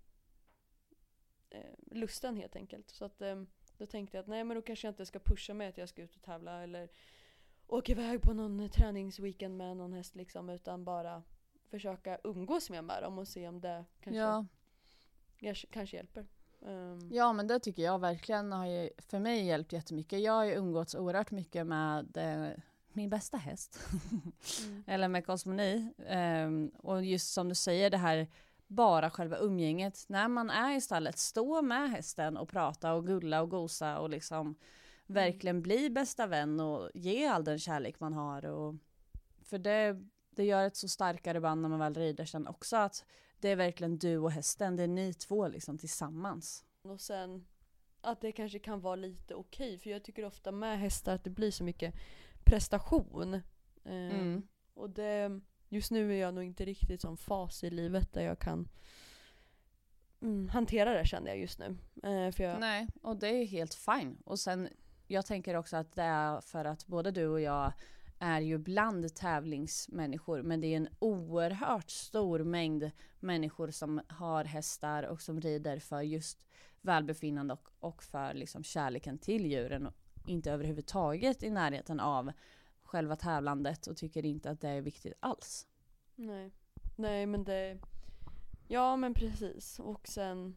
Speaker 2: lusten helt enkelt. Så att då tänkte jag att nej, men då kanske jag inte ska pusha mig att jag ska ut och tävla eller åka iväg på någon träningsweekend med någon häst liksom, utan bara försöka umgås med dem och se om det kanske hjälper.
Speaker 3: Ja, men det tycker jag verkligen har ju för mig hjälpt jättemycket. Jag har ju umgåtts oerhört mycket med min bästa häst. Eller med Cosmoni. Och just som du säger, det här bara själva umgänget. När man är i stallet, stå med hästen och prata och gulla och gosa och liksom verkligen bli bästa vän och ge all den kärlek man har. För det gör ett så starkare band när man väl rider sen också, att det är verkligen du och hästen, det är ni två liksom tillsammans. Och
Speaker 2: sen att det kanske kan vara lite okej, för jag tycker ofta med hästar att det blir så mycket prestation. Och just nu är jag nog inte riktigt som fas i livet där jag kan hantera det, känner jag just nu.
Speaker 3: Nej, och det är helt fine. Och sen, jag tänker också att det är för att både du och jag är ju bland tävlingsmänniskor, men det är en oerhört stor mängd människor som har hästar och som rider för just välbefinnande och för liksom kärleken till djuren och inte överhuvudtaget i närheten av själva tävlandet och tycker inte att det är viktigt alls.
Speaker 2: Nej, men ja, men precis. Och sen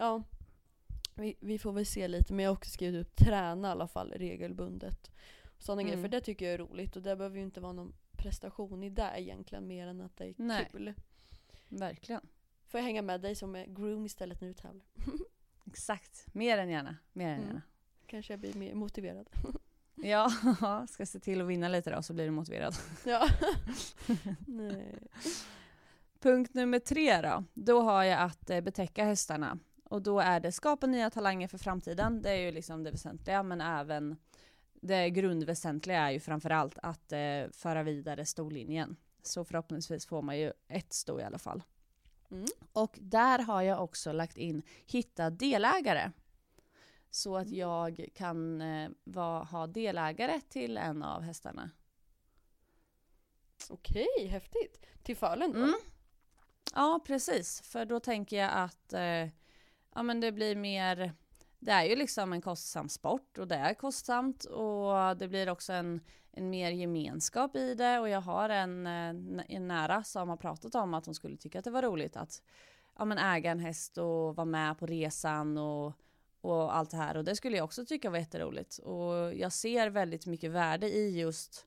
Speaker 2: vi får väl se lite, men jag har också skrivit upp träna i alla fall regelbundet. Sådana grejer, för det tycker jag är roligt och det behöver ju inte vara någon prestation i det egentligen, mer än att det är kul.
Speaker 3: Verkligen.
Speaker 2: Får jag hänga med dig som är groom istället när du tävlar?
Speaker 3: Exakt, mer än gärna.
Speaker 2: Kanske jag blir mer motiverad.
Speaker 3: Ja, ska se till att vinna lite då, så blir du motiverad.
Speaker 2: Ja. Nej.
Speaker 3: Punkt nummer 3 då. Då har jag att betäcka hästarna. Och då är det skapa nya talanger för framtiden. Det är ju liksom det väsentliga, men även det grundväsentliga är ju framförallt att föra vidare storlinjen. Så förhoppningsvis får man ju ett sto i alla fall. Och där har jag också lagt in hitta delägare. Så att jag kan ha delägare till en av hästarna.
Speaker 2: Okej, häftigt. Till Falun då?
Speaker 3: Ja, precis. För då tänker jag att men det blir mer. Det är ju liksom en kostsam sport och det är kostsamt, och det blir också en mer gemenskap i det, och jag har en nära som har pratat om att hon skulle tycka att det var roligt att äga en häst och vara med på resan och allt det här, och det skulle jag också tycka var jätteroligt, och jag ser väldigt mycket värde i just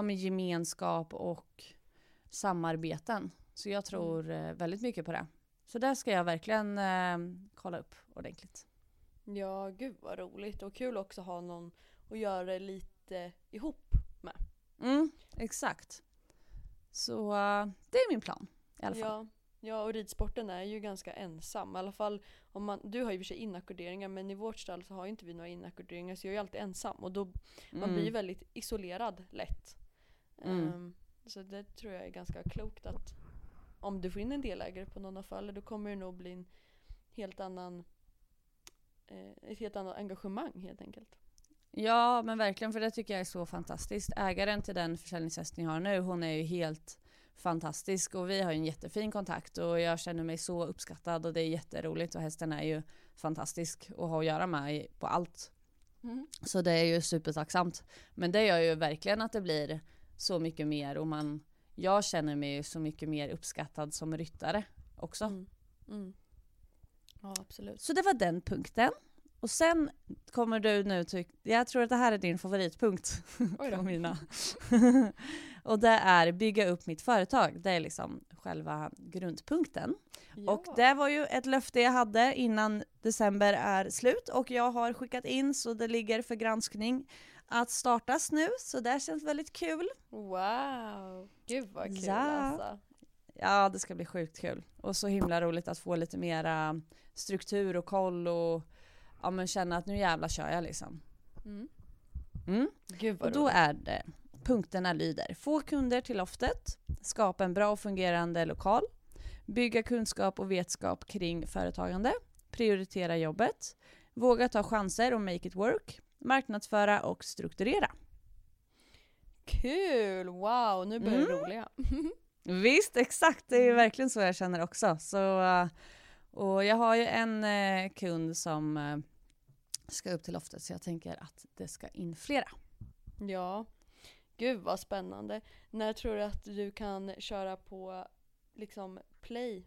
Speaker 3: gemenskap och samarbeten, så jag tror väldigt mycket på det. Så där ska jag verkligen kolla upp ordentligt.
Speaker 2: Ja, gud vad roligt. Och kul också ha någon att göra det lite ihop med.
Speaker 3: Exakt. Så det är min plan i alla fall.
Speaker 2: Ja, ja, och ridsporten är ju ganska ensam. I alla fall om man, du har ju för sig inackorderingar, men i vårt stall så har ju inte vi några inackorderingar, så jag är ju alltid ensam. Och då man blir ju väldigt isolerad lätt. Så det tror jag är ganska klokt att om du får in en delägare på någon affär, då kommer det nog bli en helt annan ett helt annat engagemang helt enkelt.
Speaker 3: Ja, men verkligen, för det tycker jag är så fantastiskt. Ägaren till den försäljningshästen jag har nu, hon är ju helt fantastisk och vi har ju en jättefin kontakt och jag känner mig så uppskattad och det är jätteroligt och hästen är ju fantastisk att ha att göra med på allt. Så det är ju supertacksamt. Men det gör ju verkligen att det blir så mycket mer och jag känner mig ju så mycket mer uppskattad som ryttare också.
Speaker 2: Ja, absolut.
Speaker 3: Så det var den punkten. Och sen kommer du nu jag tror att det här är din favoritpunkt.
Speaker 2: Oj då.
Speaker 3: Mina. Och det är bygga upp mitt företag. Det är liksom själva grundpunkten.
Speaker 2: Ja.
Speaker 3: Och det var ju ett löfte jag hade innan december är slut. Och jag har skickat in så det ligger för granskning att startas nu. Så det känns väldigt kul.
Speaker 2: Wow, gud vad kul
Speaker 3: Ja.
Speaker 2: alltså.
Speaker 3: Ja, det ska bli sjukt kul. Och så himla roligt att få lite mera struktur och koll och men känna att nu jävla kör jag liksom.
Speaker 2: Gud vad
Speaker 3: och då är det, punkterna lyder: få kunder till loftet, skapa en bra och fungerande lokal, bygga kunskap och vetskap kring företagande, prioritera jobbet, våga ta chanser och make it work, marknadsföra och strukturera.
Speaker 2: Kul, wow, nu börjar det roliga.
Speaker 3: Visst, exakt, det är ju verkligen så jag känner också. Så, och jag har ju en kund som ska upp till loftet så jag tänker att det ska in flera.
Speaker 2: Ja, gud vad spännande. När tror du att du kan köra på liksom play?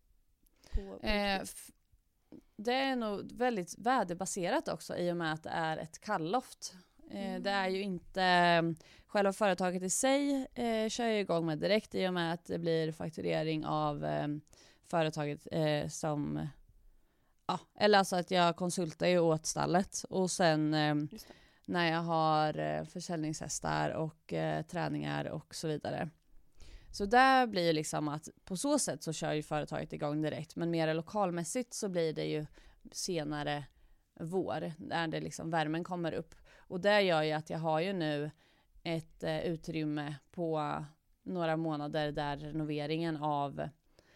Speaker 3: Det är nog väldigt väderbaserat också i och med att det är ett kallloft. Det är ju inte själva företaget i sig kör jag igång med direkt i och med att det blir fakturering av företaget som eller alltså att jag konsultar ju åt stallet och sen när jag har försäljningshästar och träningar och så vidare. Så där blir liksom att på så sätt så kör ju företaget igång direkt, men mer lokalmässigt så blir det ju senare vår när det liksom värmen kommer upp. Och det gör ju att jag har ju nu ett utrymme på några månader där renoveringen av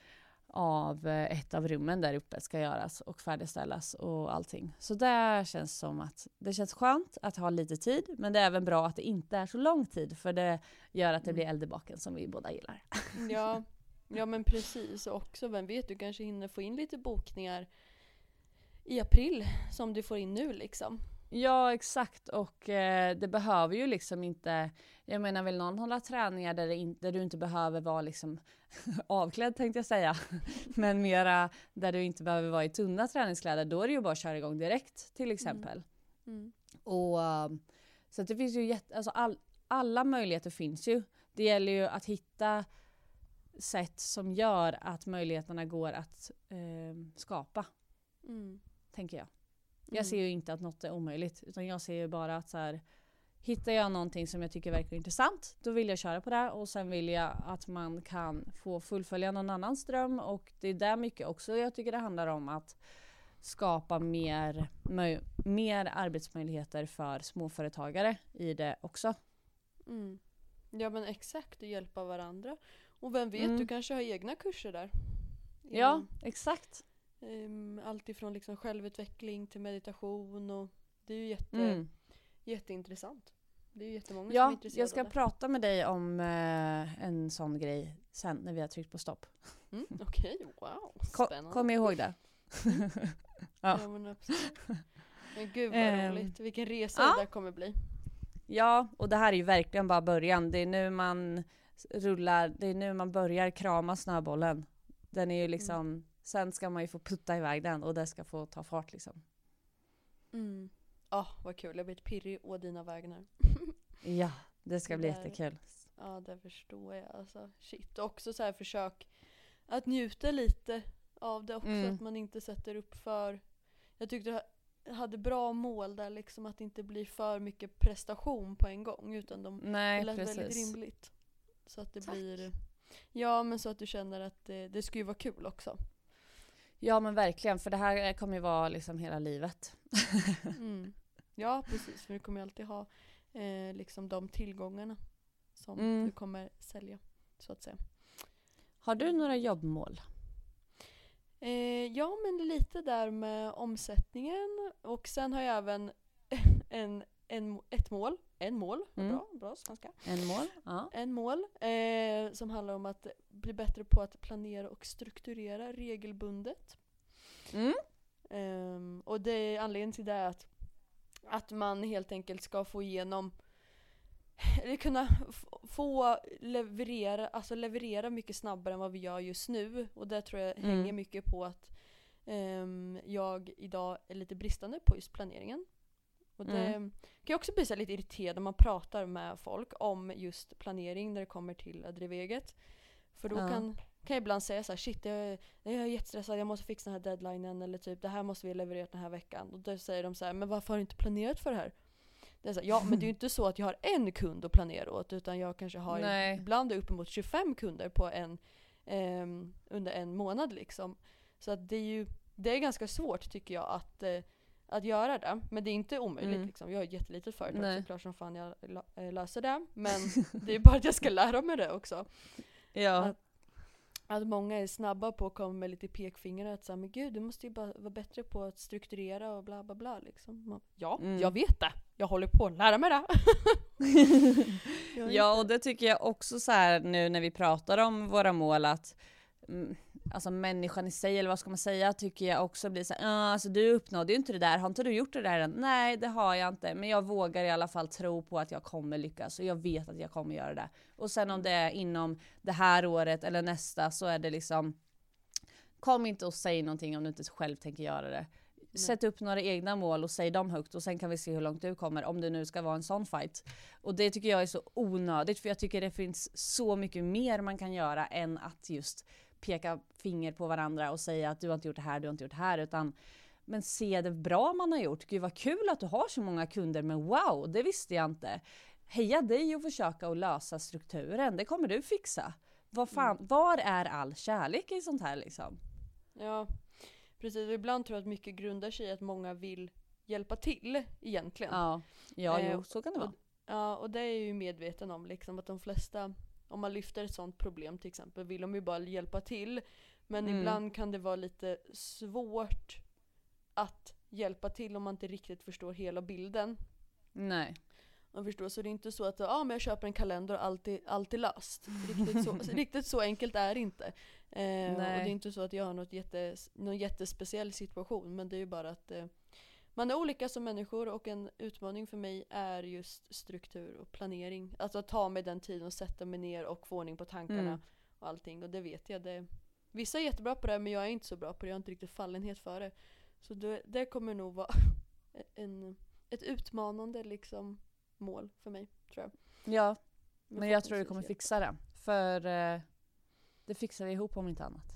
Speaker 3: ett av rummen där uppe ska göras och färdigställas och allting. Så det känns som att det känns skönt att ha lite tid, men det är även bra att det inte är så lång tid för det gör att det blir eld i baken som vi båda gillar.
Speaker 2: Ja men precis, och också vem vet, du kanske hinner få in lite bokningar i april som du får in nu liksom.
Speaker 3: Ja, exakt. Och det behöver ju liksom inte, jag menar, vill någon hålla träningar där du inte behöver vara liksom avklädd tänkte jag säga, men mera där du inte behöver vara i tunna träningskläder, då är det ju bara att köra igång direkt till exempel. Och så att det finns ju alla möjligheter finns ju. Det gäller ju att hitta sätt som gör att möjligheterna går att skapa, tänker jag. Jag ser ju inte att något är omöjligt, utan jag ser ju bara att så här, hittar jag någonting som jag tycker verkar intressant, då vill jag köra på det och sen vill jag att man kan få fullfölja någon annans dröm, och det är där mycket också jag tycker det handlar om att skapa mer arbetsmöjligheter för småföretagare i det också.
Speaker 2: Ja men exakt, och hjälpa varandra. Och vem vet, du kanske har egna kurser där.
Speaker 3: Ja, exakt.
Speaker 2: Allt ifrån liksom självutveckling till meditation, och det är ju jätteintressant. Det är ju jättemånga som är intresserade.
Speaker 3: Jag ska prata med dig om en sån grej sen när vi har tryckt på stopp.
Speaker 2: Okej, wow. Spännande.
Speaker 3: Kom ihåg det.
Speaker 2: Ja, men absolut. Men gud vad roligt. Vilken resa det där kommer bli.
Speaker 3: Ja, och det här är ju verkligen bara början. Det är nu man rullar, det är nu man börjar krama snöbollen. Den är ju liksom, sen ska man ju få putta iväg den och det ska få ta fart liksom.
Speaker 2: Vad kul. Jag blir pirrig å dina vägnar.
Speaker 3: Ja, det ska bli jättekul.
Speaker 2: Ja, det förstår jag. Alltså, shit. Och också så här försök att njuta lite av det också. Att man inte sätter upp för... Jag tyckte jag hade bra mål där liksom, att det inte blir för mycket prestation på en gång, utan det lät väldigt rimligt. Så att det blir... Ja, men så att du känner att det ska ju vara kul också.
Speaker 3: Ja, men verkligen, för det här kommer ju vara liksom hela livet.
Speaker 2: Ja, precis, för du kommer alltid ha liksom de tillgångarna som du kommer sälja, så att säga.
Speaker 3: Har du några jobbmål?
Speaker 2: Ja, men lite där med omsättningen, och sen har jag även ett mål. Bra svenska. En mål som handlar om att bli bättre på att planera och strukturera regelbundet. Och det är anledningen till det är att man helt enkelt ska få igenom, eller kunna få leverera mycket snabbare än vad vi gör just nu. Och det tror jag hänger mycket på att jag idag är lite bristande på just planeringen. Och det kan ju också bli så lite irriterad när man pratar med folk om just planering när det kommer till att driva eget. För då kan jag ibland säga så här: shit, jag är jättestressad, jag måste fixa den här deadlinen, eller typ det här måste vi leverera den här veckan. Och då säger de så här: men varför har du inte planerat för det här? Det är så här, ja, men det är ju inte så att jag har en kund att planera åt, utan jag kanske har ibland uppemot 25 kunder på under en månad liksom. Så att det är ganska svårt, tycker jag, att göra det. Men det är inte omöjligt liksom. Jag har ett jättelitet företag, så klart som fan jag löser det. Men det är bara att jag ska lära mig det också.
Speaker 3: Ja.
Speaker 2: Att många är snabba på att komma med lite pekfingrar, att säga, men gud, du måste ju bara vara bättre på att strukturera och bla bla bla liksom. Jag vet det. Jag håller på att lära mig det.
Speaker 3: Ja, och det tycker jag också så här nu när vi pratar om våra mål, att alltså människan i sig, eller vad ska man säga, tycker jag också blir så här, alltså du uppnådde ju inte det där, har inte du gjort det där än? Nej, det har jag inte, men jag vågar i alla fall tro på att jag kommer lyckas, och jag vet att jag kommer göra det. Och sen om det är inom det här året eller nästa, så är det liksom, kom inte och säg någonting om du inte själv tänker göra det. Sätt upp några egna mål och säg dem högt, och sen kan vi se hur långt du kommer, om det nu ska vara en sån fight. Och det tycker jag är så onödigt, för jag tycker det finns så mycket mer man kan göra än att just peka finger på varandra och säga att du har inte gjort det här, du har inte gjort det här, utan men se det bra man har gjort. Gud vad kul att du har så många kunder, men wow, det visste jag inte. Heja dig och försöka att lösa strukturen, det kommer du fixa. Var är all kärlek i sånt här liksom?
Speaker 2: Ja, precis. Och ibland tror jag att mycket grundar sig i att många vill hjälpa till egentligen.
Speaker 3: Ja, så kan det vara.
Speaker 2: Ja, och det är jag ju medveten om liksom, att de flesta, om man lyfter ett sånt problem till exempel, vill de ju bara hjälpa till. Men ibland kan det vara lite svårt att hjälpa till om man inte riktigt förstår hela bilden.
Speaker 3: Nej.
Speaker 2: Man förstår, så det är inte så att men jag köper en kalender och allt är löst. Riktigt så enkelt är det inte. Och det är inte så att jag har någon jättespeciell situation, men det är ju bara att man är olika som människor, och en utmaning för mig är just struktur och planering. Alltså att ta mig den tiden och sätta mig ner och få ordning på tankarna och allting. Och det vet jag. Vissa är jättebra på det, men jag är inte så bra på det. Jag har inte riktigt fallenhet för det. Så det kommer nog vara ett utmanande liksom mål för mig, tror jag.
Speaker 3: Ja, men jag tror du kommer fixa det. För det fixar vi ihop om inte annat.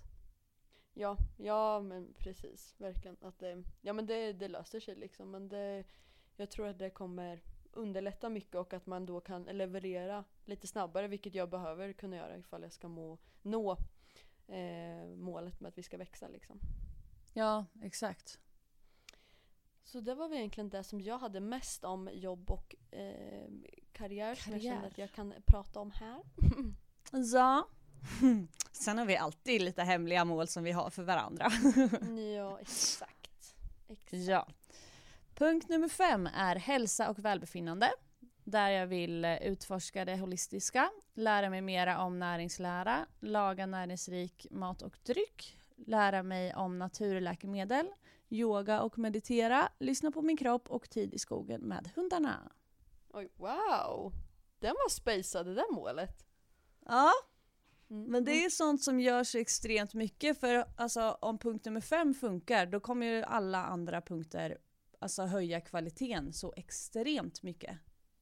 Speaker 2: Ja, men precis. Verkligen. Att det löser sig liksom. Men jag tror att det kommer underlätta mycket, och att man då kan leverera lite snabbare, vilket jag behöver kunna göra ifall jag ska nå målet med att vi ska växa liksom.
Speaker 3: Ja, exakt.
Speaker 2: Så det var väl egentligen det som jag hade mest om jobb och karriär som jag kände att jag kan prata om här.
Speaker 3: Ja. Sen har vi alltid lite hemliga mål som vi har för varandra.
Speaker 2: Ja, exakt.
Speaker 3: Ja. Punkt nummer 5 är hälsa och välbefinnande. Där jag vill utforska det holistiska, lära mig mera om näringslära, laga näringsrik mat och dryck, lära mig om naturläkemedel, yoga och meditera, lyssna på min kropp och tid i skogen med hundarna.
Speaker 2: Oj, wow! Den var spacad, det där målet.
Speaker 3: Ja, men det är sånt som gör så extremt mycket, för alltså, om punkt nummer 5 funkar, då kommer ju alla andra punkter alltså höja kvaliteten så extremt mycket.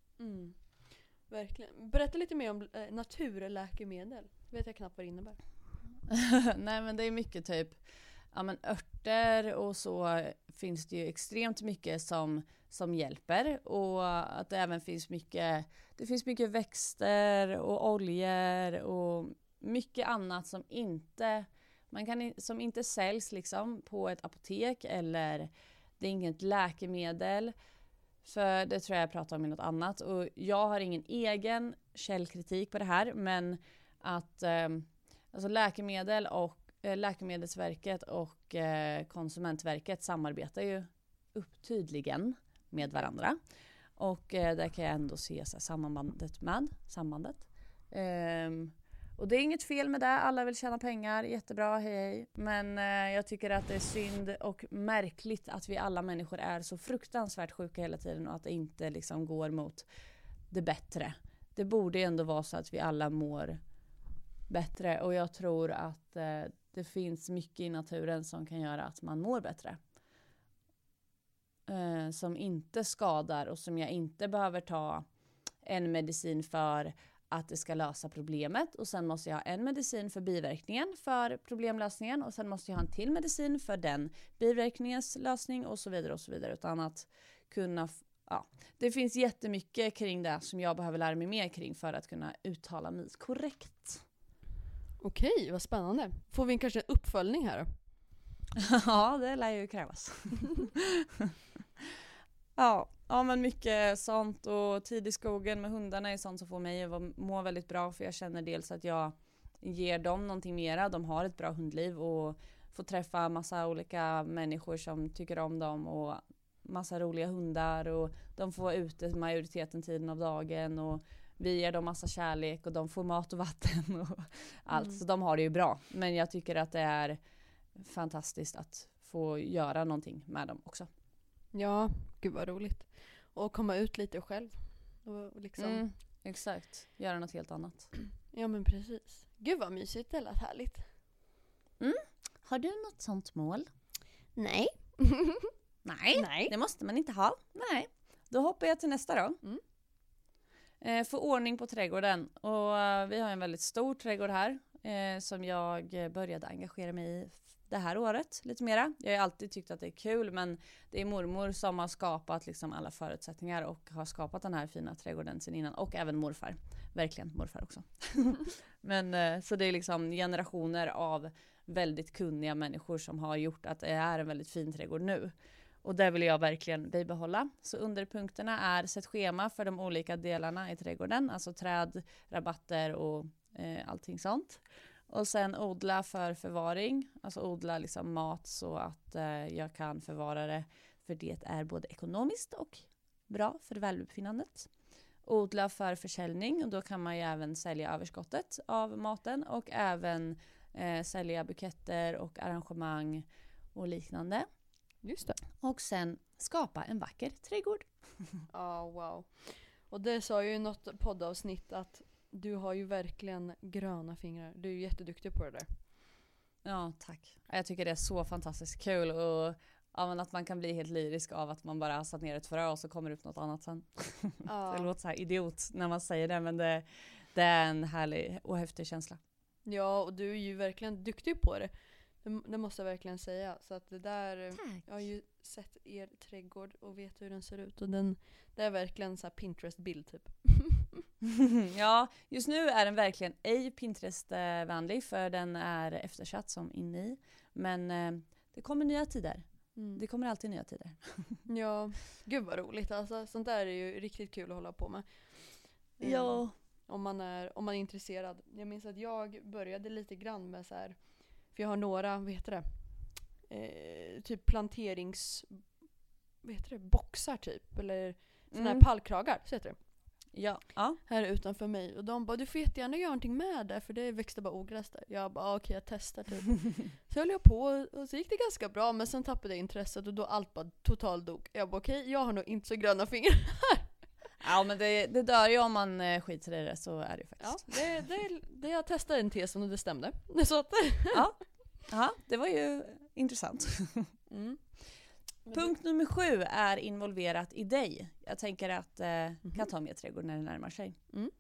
Speaker 2: Verkligen. Berätta lite mer om naturläkemedel. Vet jag knappt vad det innebär.
Speaker 3: Nej, men det är mycket typ, ja, men örter och så finns det ju extremt mycket som hjälper, och att det även finns mycket växter och oljor och mycket annat som inte säljs liksom på ett apotek, eller det är inget läkemedel, för det tror jag pratar om i något annat, och jag har ingen egen källkritik på det här, men att alltså Läkemedelsverket och Konsumentverket samarbetar ju tydligen med varandra, och där kan jag ändå se så här, sambandet. Och det är inget fel med det, alla vill tjäna pengar, jättebra, hej. Men jag tycker att det är synd och märkligt att vi alla människor är så fruktansvärt sjuka hela tiden, och att det inte liksom går mot det bättre. Det borde ändå vara så att vi alla mår bättre, och jag tror att det finns mycket i naturen som kan göra att man mår bättre. Som inte skadar, och som jag inte behöver ta en medicin för att det ska lösa problemet, och sen måste jag ha en medicin för biverkningen för problemlösningen, och sen måste jag ha en till medicin för den biverkningens lösning, och så vidare, utan att kunna det finns jättemycket kring det som jag behöver lära mig mer kring för att kunna uttala mig korrekt.
Speaker 2: Okej, vad spännande. Får vi kanske en uppföljning här då?
Speaker 3: Ja, det lär ju krävas. Ja, men mycket sånt, och tid i skogen med hundarna är sånt som får mig att må väldigt bra, för jag känner dels att jag ger dem någonting mera, de har ett bra hundliv och får träffa massa olika människor som tycker om dem och massa roliga hundar, och de får vara ute majoriteten tiden av dagen, och vi ger dem massa kärlek och de får mat och vatten och allt, så de har det ju bra. Men jag tycker att det är fantastiskt att få göra någonting med dem också.
Speaker 2: Ja, gud vad roligt. Och komma ut lite själv. Och liksom...
Speaker 3: exakt, göra något helt annat.
Speaker 2: Ja, men precis. Gud vad mysigt, det lät härligt.
Speaker 3: Har du något sånt mål?
Speaker 2: Nej.
Speaker 3: Nej, det måste man inte ha. Nej, då hoppar jag till nästa då. Få ordning på trädgården. Och vi har en väldigt stor trädgård här som jag började engagera mig i det här året lite mera. Jag har alltid tyckt att det är kul, men det är mormor som har skapat liksom alla förutsättningar och har skapat den här fina trädgården sen innan, och även morfar. Verkligen morfar också. Men så det är liksom generationer av väldigt kunniga människor som har gjort att det är en väldigt fin trädgård nu. Och det vill jag verkligen bibehålla. Så underpunkterna är sätt schema för de olika delarna i trädgården. Alltså träd, rabatter och allting sånt. Och sen odla för förvaring. Alltså odla liksom mat så att jag kan förvara det. För det är både ekonomiskt och bra för välbefinnandet. Odla för försäljning. Och då kan man ju även sälja överskottet av maten. Och även sälja buketter och arrangemang och liknande.
Speaker 2: Just det.
Speaker 3: Och sen skapa en vacker trädgård.
Speaker 2: Ja, wow. Och det sa ju i något poddavsnitt att du har ju verkligen gröna fingrar. Du är ju jätteduktig på det där.
Speaker 3: Ja, tack. Jag tycker det är så fantastiskt kul, och att man kan bli helt lyrisk av att man bara har satt ner ett frö och så kommer det upp något annat sen.
Speaker 2: Ja.
Speaker 3: Det låter så här idiot när man säger det, men det är en härlig och häftig känsla.
Speaker 2: Ja, och du är ju verkligen duktig på det. Det måste jag verkligen säga. Så att det där,
Speaker 3: Tack.
Speaker 2: jag har ju sett er trädgård och vet hur den ser ut. Och det är verkligen så här Pinterest-bild typ.
Speaker 3: Ja, just nu är den verkligen ej Pinterest-vänlig, för den är eftersatt som inne i. Men det kommer nya tider. Det kommer alltid nya tider.
Speaker 2: Ja, gud vad roligt. Alltså, sånt där är ju riktigt kul att hålla på med.
Speaker 3: Ja.
Speaker 2: Om man är intresserad. Jag minns att jag började lite grann med så här, för jag har några, vad heter det? Typ planterings, vad heter det? Boxar typ, eller såna här pallkragar, så heter det.
Speaker 3: Ja.
Speaker 2: Här utanför mig. Och de bara, du får jättegärna göra någonting med det, för det växte bara ogräs där. Jag bara, okej, jag testar typ. Så höll jag på, och så gick det ganska bra, men sen tappade jag intresset och då allt bara totalt dog. Jag bara, okej, jag har nog inte så gröna fingrar.
Speaker 3: Ja, men det dör ju om man skiter i det, så är det ju faktiskt.
Speaker 2: Ja, det jag testade en tesen och det stämde. Så att,
Speaker 3: Ja, det var ju intressant. Punkt nummer 7 är involverat i dig. Jag tänker att kan ta med trädgård när det närmar sig.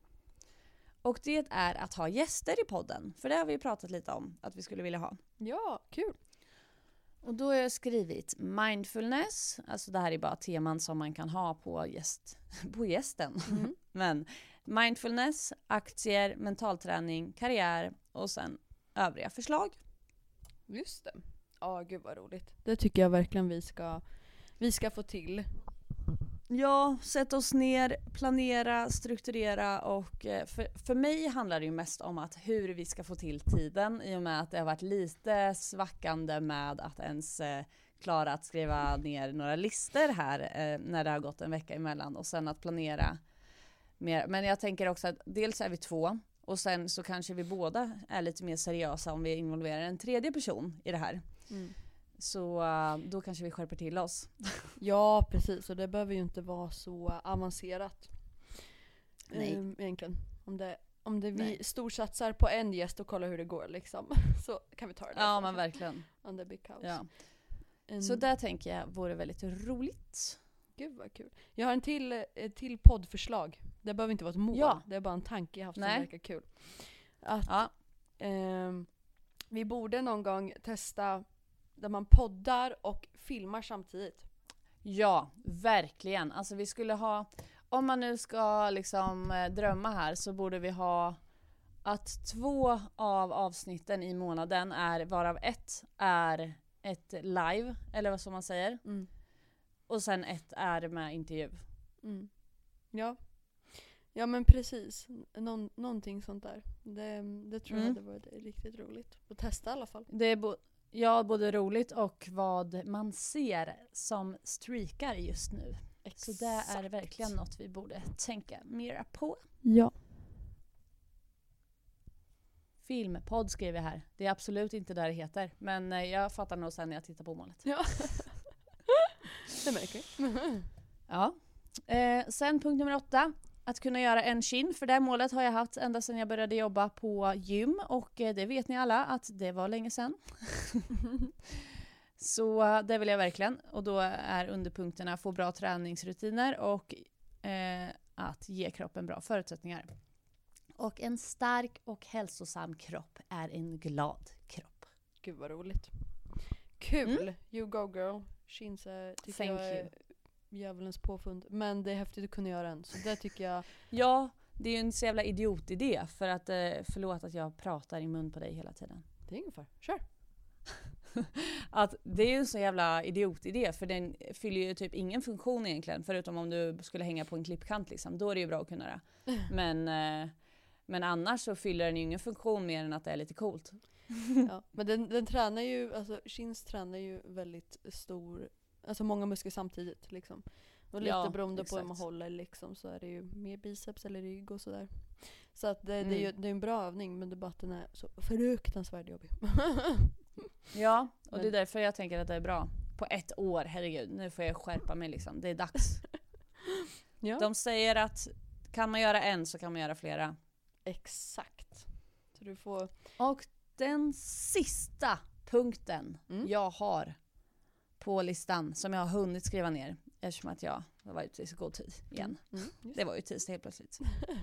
Speaker 3: Och det är att ha gäster i podden. För det har vi pratat lite om att vi skulle vilja ha.
Speaker 2: ja, kul.
Speaker 3: Och då har jag skrivit mindfulness. Alltså det här är bara teman som man kan ha på gästen.
Speaker 2: Mm.
Speaker 3: Men mindfulness, aktier, mentalträning, karriär och sen övriga förslag.
Speaker 2: Just det. Ja, gud vad roligt. Det tycker jag verkligen vi ska få till.
Speaker 3: Ja, sätta oss ner, planera, strukturera och för mig handlar det ju mest om att hur vi ska få till tiden i och med att det har varit lite svackande med att ens klara att skriva ner några listor här när det har gått en vecka emellan och sen att planera mer. Men jag tänker också att dels är vi 2 och sen så kanske vi båda är lite mer seriösa om vi involverar en tredje person i det här.
Speaker 2: Mm.
Speaker 3: Så då kanske vi skärper till oss.
Speaker 2: Ja, precis. Och det behöver ju inte vara så avancerat.
Speaker 3: Nej.
Speaker 2: Egentligen. Om det vi storsatsar på en gäst och kollar hur det går liksom. Så kan vi ta det där.
Speaker 3: Ja, men verkligen.
Speaker 2: On the big house.
Speaker 3: Ja. Så där tänker jag vore väldigt roligt.
Speaker 2: Gud vad kul. Jag har ett till poddförslag. Det behöver inte vara ett mål.
Speaker 3: Ja.
Speaker 2: Det är bara en tanke jag haft som
Speaker 3: Nej.
Speaker 2: verkar kul. Att vi borde någon gång testa där man poddar och filmar samtidigt.
Speaker 3: Ja, verkligen. Alltså vi skulle ha, om man nu ska liksom drömma här så borde vi ha att 2 av avsnitten i månaden är, varav ett är ett live, eller vad som man säger.
Speaker 2: Mm.
Speaker 3: Och sen ett är med intervju.
Speaker 2: Mm. Ja. Ja men precis. Någonting sånt där. Det tror jag hade varit riktigt roligt. Att testa i alla fall.
Speaker 3: Det är både roligt och vad man ser som streakar just nu.
Speaker 2: Exakt.
Speaker 3: Så det är verkligen något vi borde tänka mera på.
Speaker 2: Ja.
Speaker 3: Filmpodd skriver jag här. Det är absolut inte där det heter. Men jag fattar nog sen när jag tittar på målet.
Speaker 2: Ja. Det märker vi.
Speaker 3: Ja. Sen punkt nummer 8. Att kunna göra en kin. För det målet har jag haft ända sedan jag började jobba på gym. Och det vet ni alla att det var länge sedan. Så det vill jag verkligen. Och då är underpunkterna få bra träningsrutiner och att ge kroppen bra förutsättningar. Och en stark och hälsosam kropp är en glad kropp.
Speaker 2: Gud vad roligt. Kul. You go girl. Chins tycker
Speaker 3: Thank
Speaker 2: jag är
Speaker 3: you.
Speaker 2: djävulens påfund. Men det är häftigt att kunna göra en. Så det tycker jag.
Speaker 3: Ja, det är ju en så jävla idiotidé. För att, förlåt att jag pratar i mun på dig hela tiden.
Speaker 2: Det är ingen fara. Kör.
Speaker 3: Att det är ju en så jävla idiotidé. För den fyller ju typ ingen funktion egentligen. Förutom om du skulle hänga på en klippkant liksom. Då är det ju bra att kunna det. Men annars så fyller den ju ingen funktion mer än att det är lite coolt.
Speaker 2: Ja, men den tränar ju, alltså Chins tränar ju väldigt stor, alltså många muskler samtidigt liksom. Och lite beroende på hur man håller liksom, så är det ju mer biceps eller rygg och sådär. Så att det är en bra övning, men debatten är så fruktansvärt jobbig.
Speaker 3: Ja, och det är därför jag tänker att det är bra. På 1 år, herregud, nu får jag skärpa mig liksom. Det är dags.
Speaker 2: Ja.
Speaker 3: De säger att kan man göra en så kan man göra flera.
Speaker 2: Exakt. Så du får.
Speaker 3: Och den sista punkten jag har på listan som jag har hunnit skriva ner eftersom att jag var ute i så god tid igen. Det var ju tisdag helt plötsligt.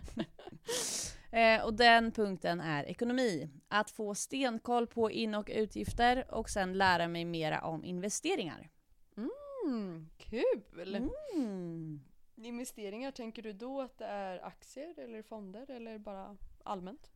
Speaker 3: Och den punkten är ekonomi. Att få stenkoll på in- och utgifter och sen lära mig mera om investeringar.
Speaker 2: Kul! Investeringar, tänker du då att det är aktier eller fonder eller bara allmänt?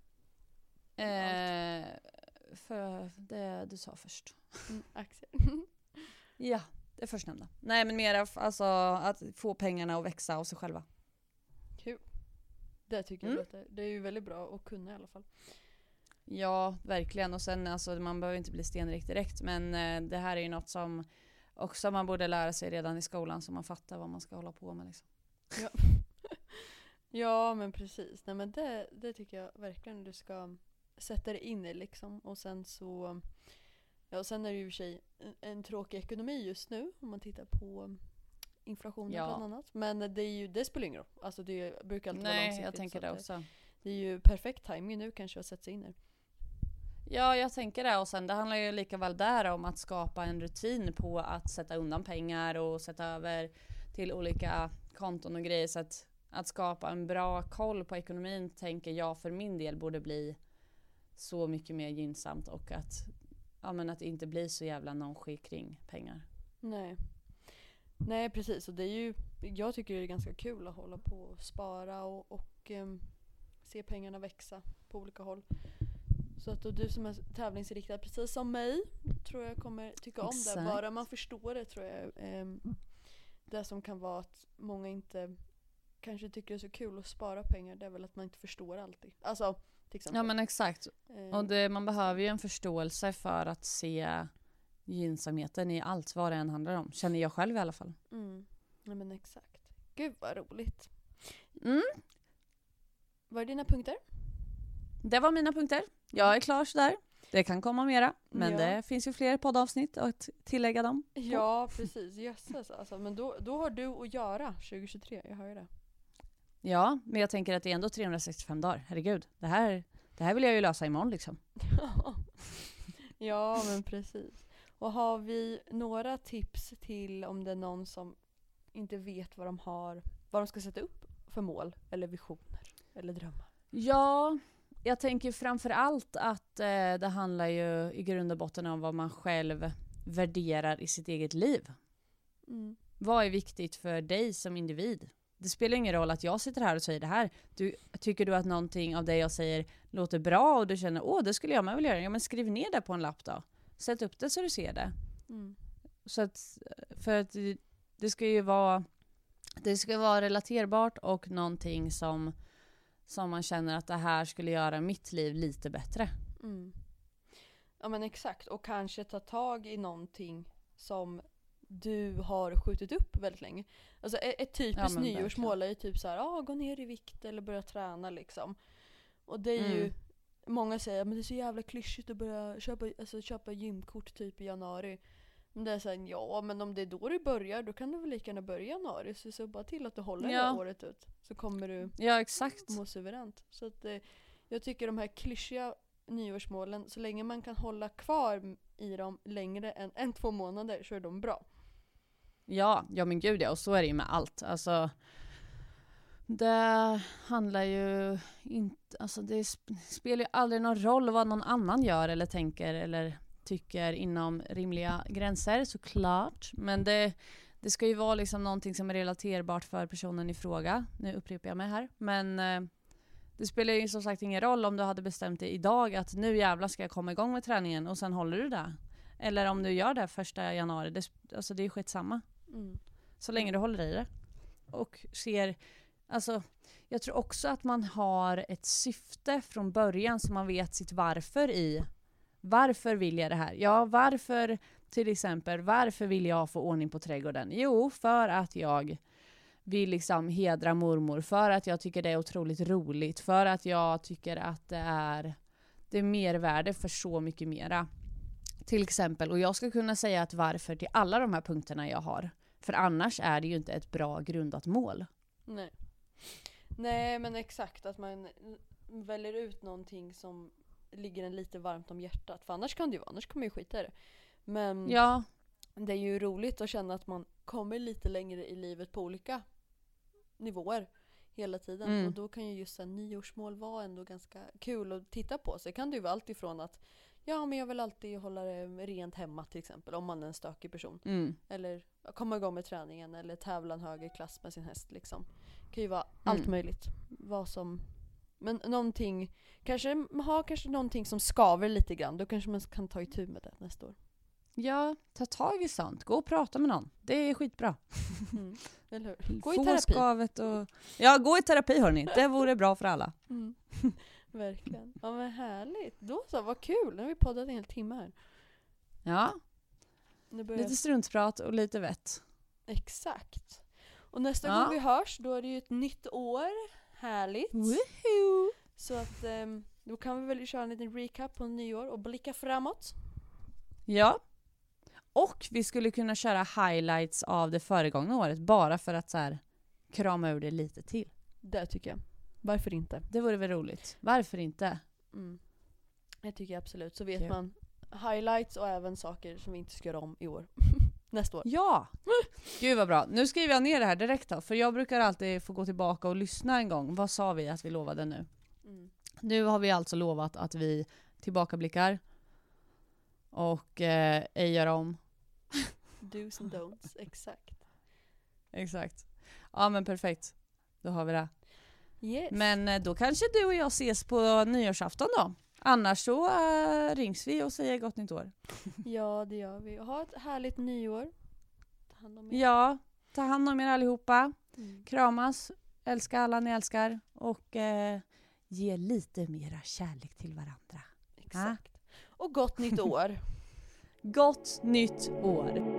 Speaker 3: För det du sa först.
Speaker 2: Aktier.
Speaker 3: Ja, det förstnämnda. Nej, men mer alltså att få pengarna att växa av sig själva.
Speaker 2: Kul. Det tycker jag låter. Det är ju väldigt bra att kunna i alla fall.
Speaker 3: Ja, verkligen. Och sen alltså, man behöver inte bli stenrik direkt. Men det här är ju något som också man borde lära sig redan i skolan. Så man fattar vad man ska hålla på med liksom.
Speaker 2: Ja, ja men precis. Nej, men det tycker jag verkligen du ska sätta dig in i liksom. Och sen så. Ja, och sen är det ju i och för sig en tråkig ekonomi just nu. Om man tittar på inflationen bland annat. Men det spelar ingen roll. Alltså det brukar alltid vara långsiktigt. Nej,
Speaker 3: jag tänker det också.
Speaker 2: Det är ju perfekt timing nu kanske att sätta sig in i.
Speaker 3: Ja, jag tänker det. Och sen det handlar ju lika väl där om att skapa en rutin på att sätta undan pengar och sätta över till olika konton och grejer. Så att skapa en bra koll på ekonomin tänker jag för min del borde bli så mycket mer gynnsamt och att ja, men att det inte blir så jävla nonchig kring pengar.
Speaker 2: Nej, precis. Och det är ju, jag tycker det är ganska kul att hålla på och spara och se pengarna växa på olika håll. Så att du som är tävlingsriktad precis som mig tror jag kommer tycka om det. Bara man förstår det tror jag. Det som kan vara att många inte kanske tycker det är så kul att spara pengar, det är väl att man inte förstår alltid. Alltså, till exempel.
Speaker 3: Ja men exakt. Och man behöver ju en förståelse för att se gynnsamheten i allt vad det än handlar om. Känner jag själv i alla fall.
Speaker 2: Ja men exakt. Gud vad roligt.
Speaker 3: Mm.
Speaker 2: Vad är dina punkter?
Speaker 3: Det var mina punkter. Jag är klar sådär. Det kan komma mera. Men det finns ju fler poddavsnitt att tillägga dem.
Speaker 2: Ja precis. Jösses alltså. Men då har du att göra 2023. Jag hör ju det.
Speaker 3: Ja, men jag tänker att det är ändå 365 dagar. Herregud. Det här vill jag ju lösa imorgon liksom.
Speaker 2: Ja men precis. Och har vi några tips till om det är någon som inte vet vad de ska sätta upp för mål eller visioner eller drömmar?
Speaker 3: Ja, jag tänker framför allt att det handlar ju i grund och botten om vad man själv värderar i sitt eget liv. Vad är viktigt för dig som individ? Det spelar ingen roll att jag sitter här och säger det här. Tycker du att någonting av det jag säger låter bra och du känner, det skulle jag med vilja göra. Ja, men skriv ner det på en lapp då. Sätt upp det så du ser det. Så att, för att det ska ju vara relaterbart och någonting som man känner att det här skulle göra mitt liv lite bättre.
Speaker 2: Ja men exakt. Och kanske ta tag i någonting som du har skjutit upp väldigt länge. Alltså ett typiskt nyårsmål är ju typ så här, gå ner i vikt eller börja träna liksom. Och det är ju, många säger men det är så jävla klyschigt att börja köpa gymkort typ i januari. Men det är så här, men om det är då du börjar, då kan du väl lika gärna börja i januari. Så bara till att du håller det året ut. Så kommer du må suveränt. Så att jag tycker de här klyschiga nyårsmålen, så länge man kan hålla kvar i dem längre än 2 månader så är de bra. Ja
Speaker 3: men gud och så är det ju med allt. Alltså det handlar ju inte, alltså det spelar ju aldrig någon roll vad någon annan gör eller tänker eller tycker inom rimliga gränser såklart. Men det ska ju vara liksom någonting som är relaterbart för personen i fråga. Nu upprepar jag mig här. Men det spelar ju som sagt ingen roll om du hade bestämt dig idag att nu jävla ska jag komma igång med träningen och sen håller du det. Eller om du gör det 1 januari. Det är ju skitsamma. Så länge du håller i det. Och ser, alltså jag tror också att man har ett syfte från början så man vet sitt varför i. Varför vill jag det här? Ja, varför till exempel, varför vill jag få ordning på trädgården? Jo, för att jag vill liksom hedra mormor, för att jag tycker det är otroligt roligt, för att jag tycker att det är mervärde för så mycket mera. Till exempel, och jag ska kunna säga att varför till alla de här punkterna jag har. För annars är det ju inte ett bra grundat mål.
Speaker 2: Nej, men exakt att man väljer ut någonting som ligger en lite varmt om hjärtat. För annars kommer man ju skita i det. Men det är ju roligt att känna att man kommer lite längre i livet på olika nivåer hela tiden. Och då kan ju just en nyårsmål vara ändå ganska kul att titta på. Så kan det ju vara allt ifrån att men jag vill alltid hålla det rent hemma till exempel, om man är en stökig person. Eller komma igång med träningen eller tävla en högre klass med sin häst liksom. Det kan ju vara allt möjligt. Men någonting, kanske någonting som skaver lite grann. Då kanske man kan ta itu med det nästa år.
Speaker 3: Ja, ta tag i sånt. Gå och prata med någon. Det är skitbra.
Speaker 2: Eller hur? Gå i terapi.
Speaker 3: Skavet gå i terapi hörni. Det vore bra för alla.
Speaker 2: Verkligen. Ja men härligt. Då så, vad kul. Nu har vi poddat en hel timme här.
Speaker 3: Ja. Lite struntprat och lite vett.
Speaker 2: Exakt. Och nästa gång vi hörs, då är det ju ett nytt år. Härligt.
Speaker 3: Woohoo!
Speaker 2: Så att då kan vi väl köra en liten recap på nyår och blicka framåt.
Speaker 3: Ja. Och vi skulle kunna köra highlights av det föregångna året bara för att så här krama ur det lite till.
Speaker 2: Det tycker jag. Varför inte?
Speaker 3: Det vore väl roligt. Varför inte?
Speaker 2: Jag tycker absolut. Så vet man highlights och även saker som vi inte ska göra om i år. Nästa år.
Speaker 3: Ja! Gud vad bra. Nu skriver jag ner det här direkt då. För jag brukar alltid få gå tillbaka och lyssna en gång. Vad sa vi att vi lovade nu? Nu har vi alltså lovat att vi tillbakablickar och ej göra om.
Speaker 2: Do's and don'ts, exakt.
Speaker 3: Exakt. Ja men perfekt. Då har vi det.
Speaker 2: Yes.
Speaker 3: Men då kanske du och jag ses på nyårsafton då. Annars så rings vi och säger gott nytt år.
Speaker 2: Ja, det gör vi. Ha ett härligt nyår. Ta hand om er.
Speaker 3: Ja, ta hand om er allihopa.
Speaker 2: Mm.
Speaker 3: Kramas, älska alla ni älskar och ge lite mera kärlek till varandra.
Speaker 2: Exakt. Och gott nytt år.
Speaker 3: Gott nytt år!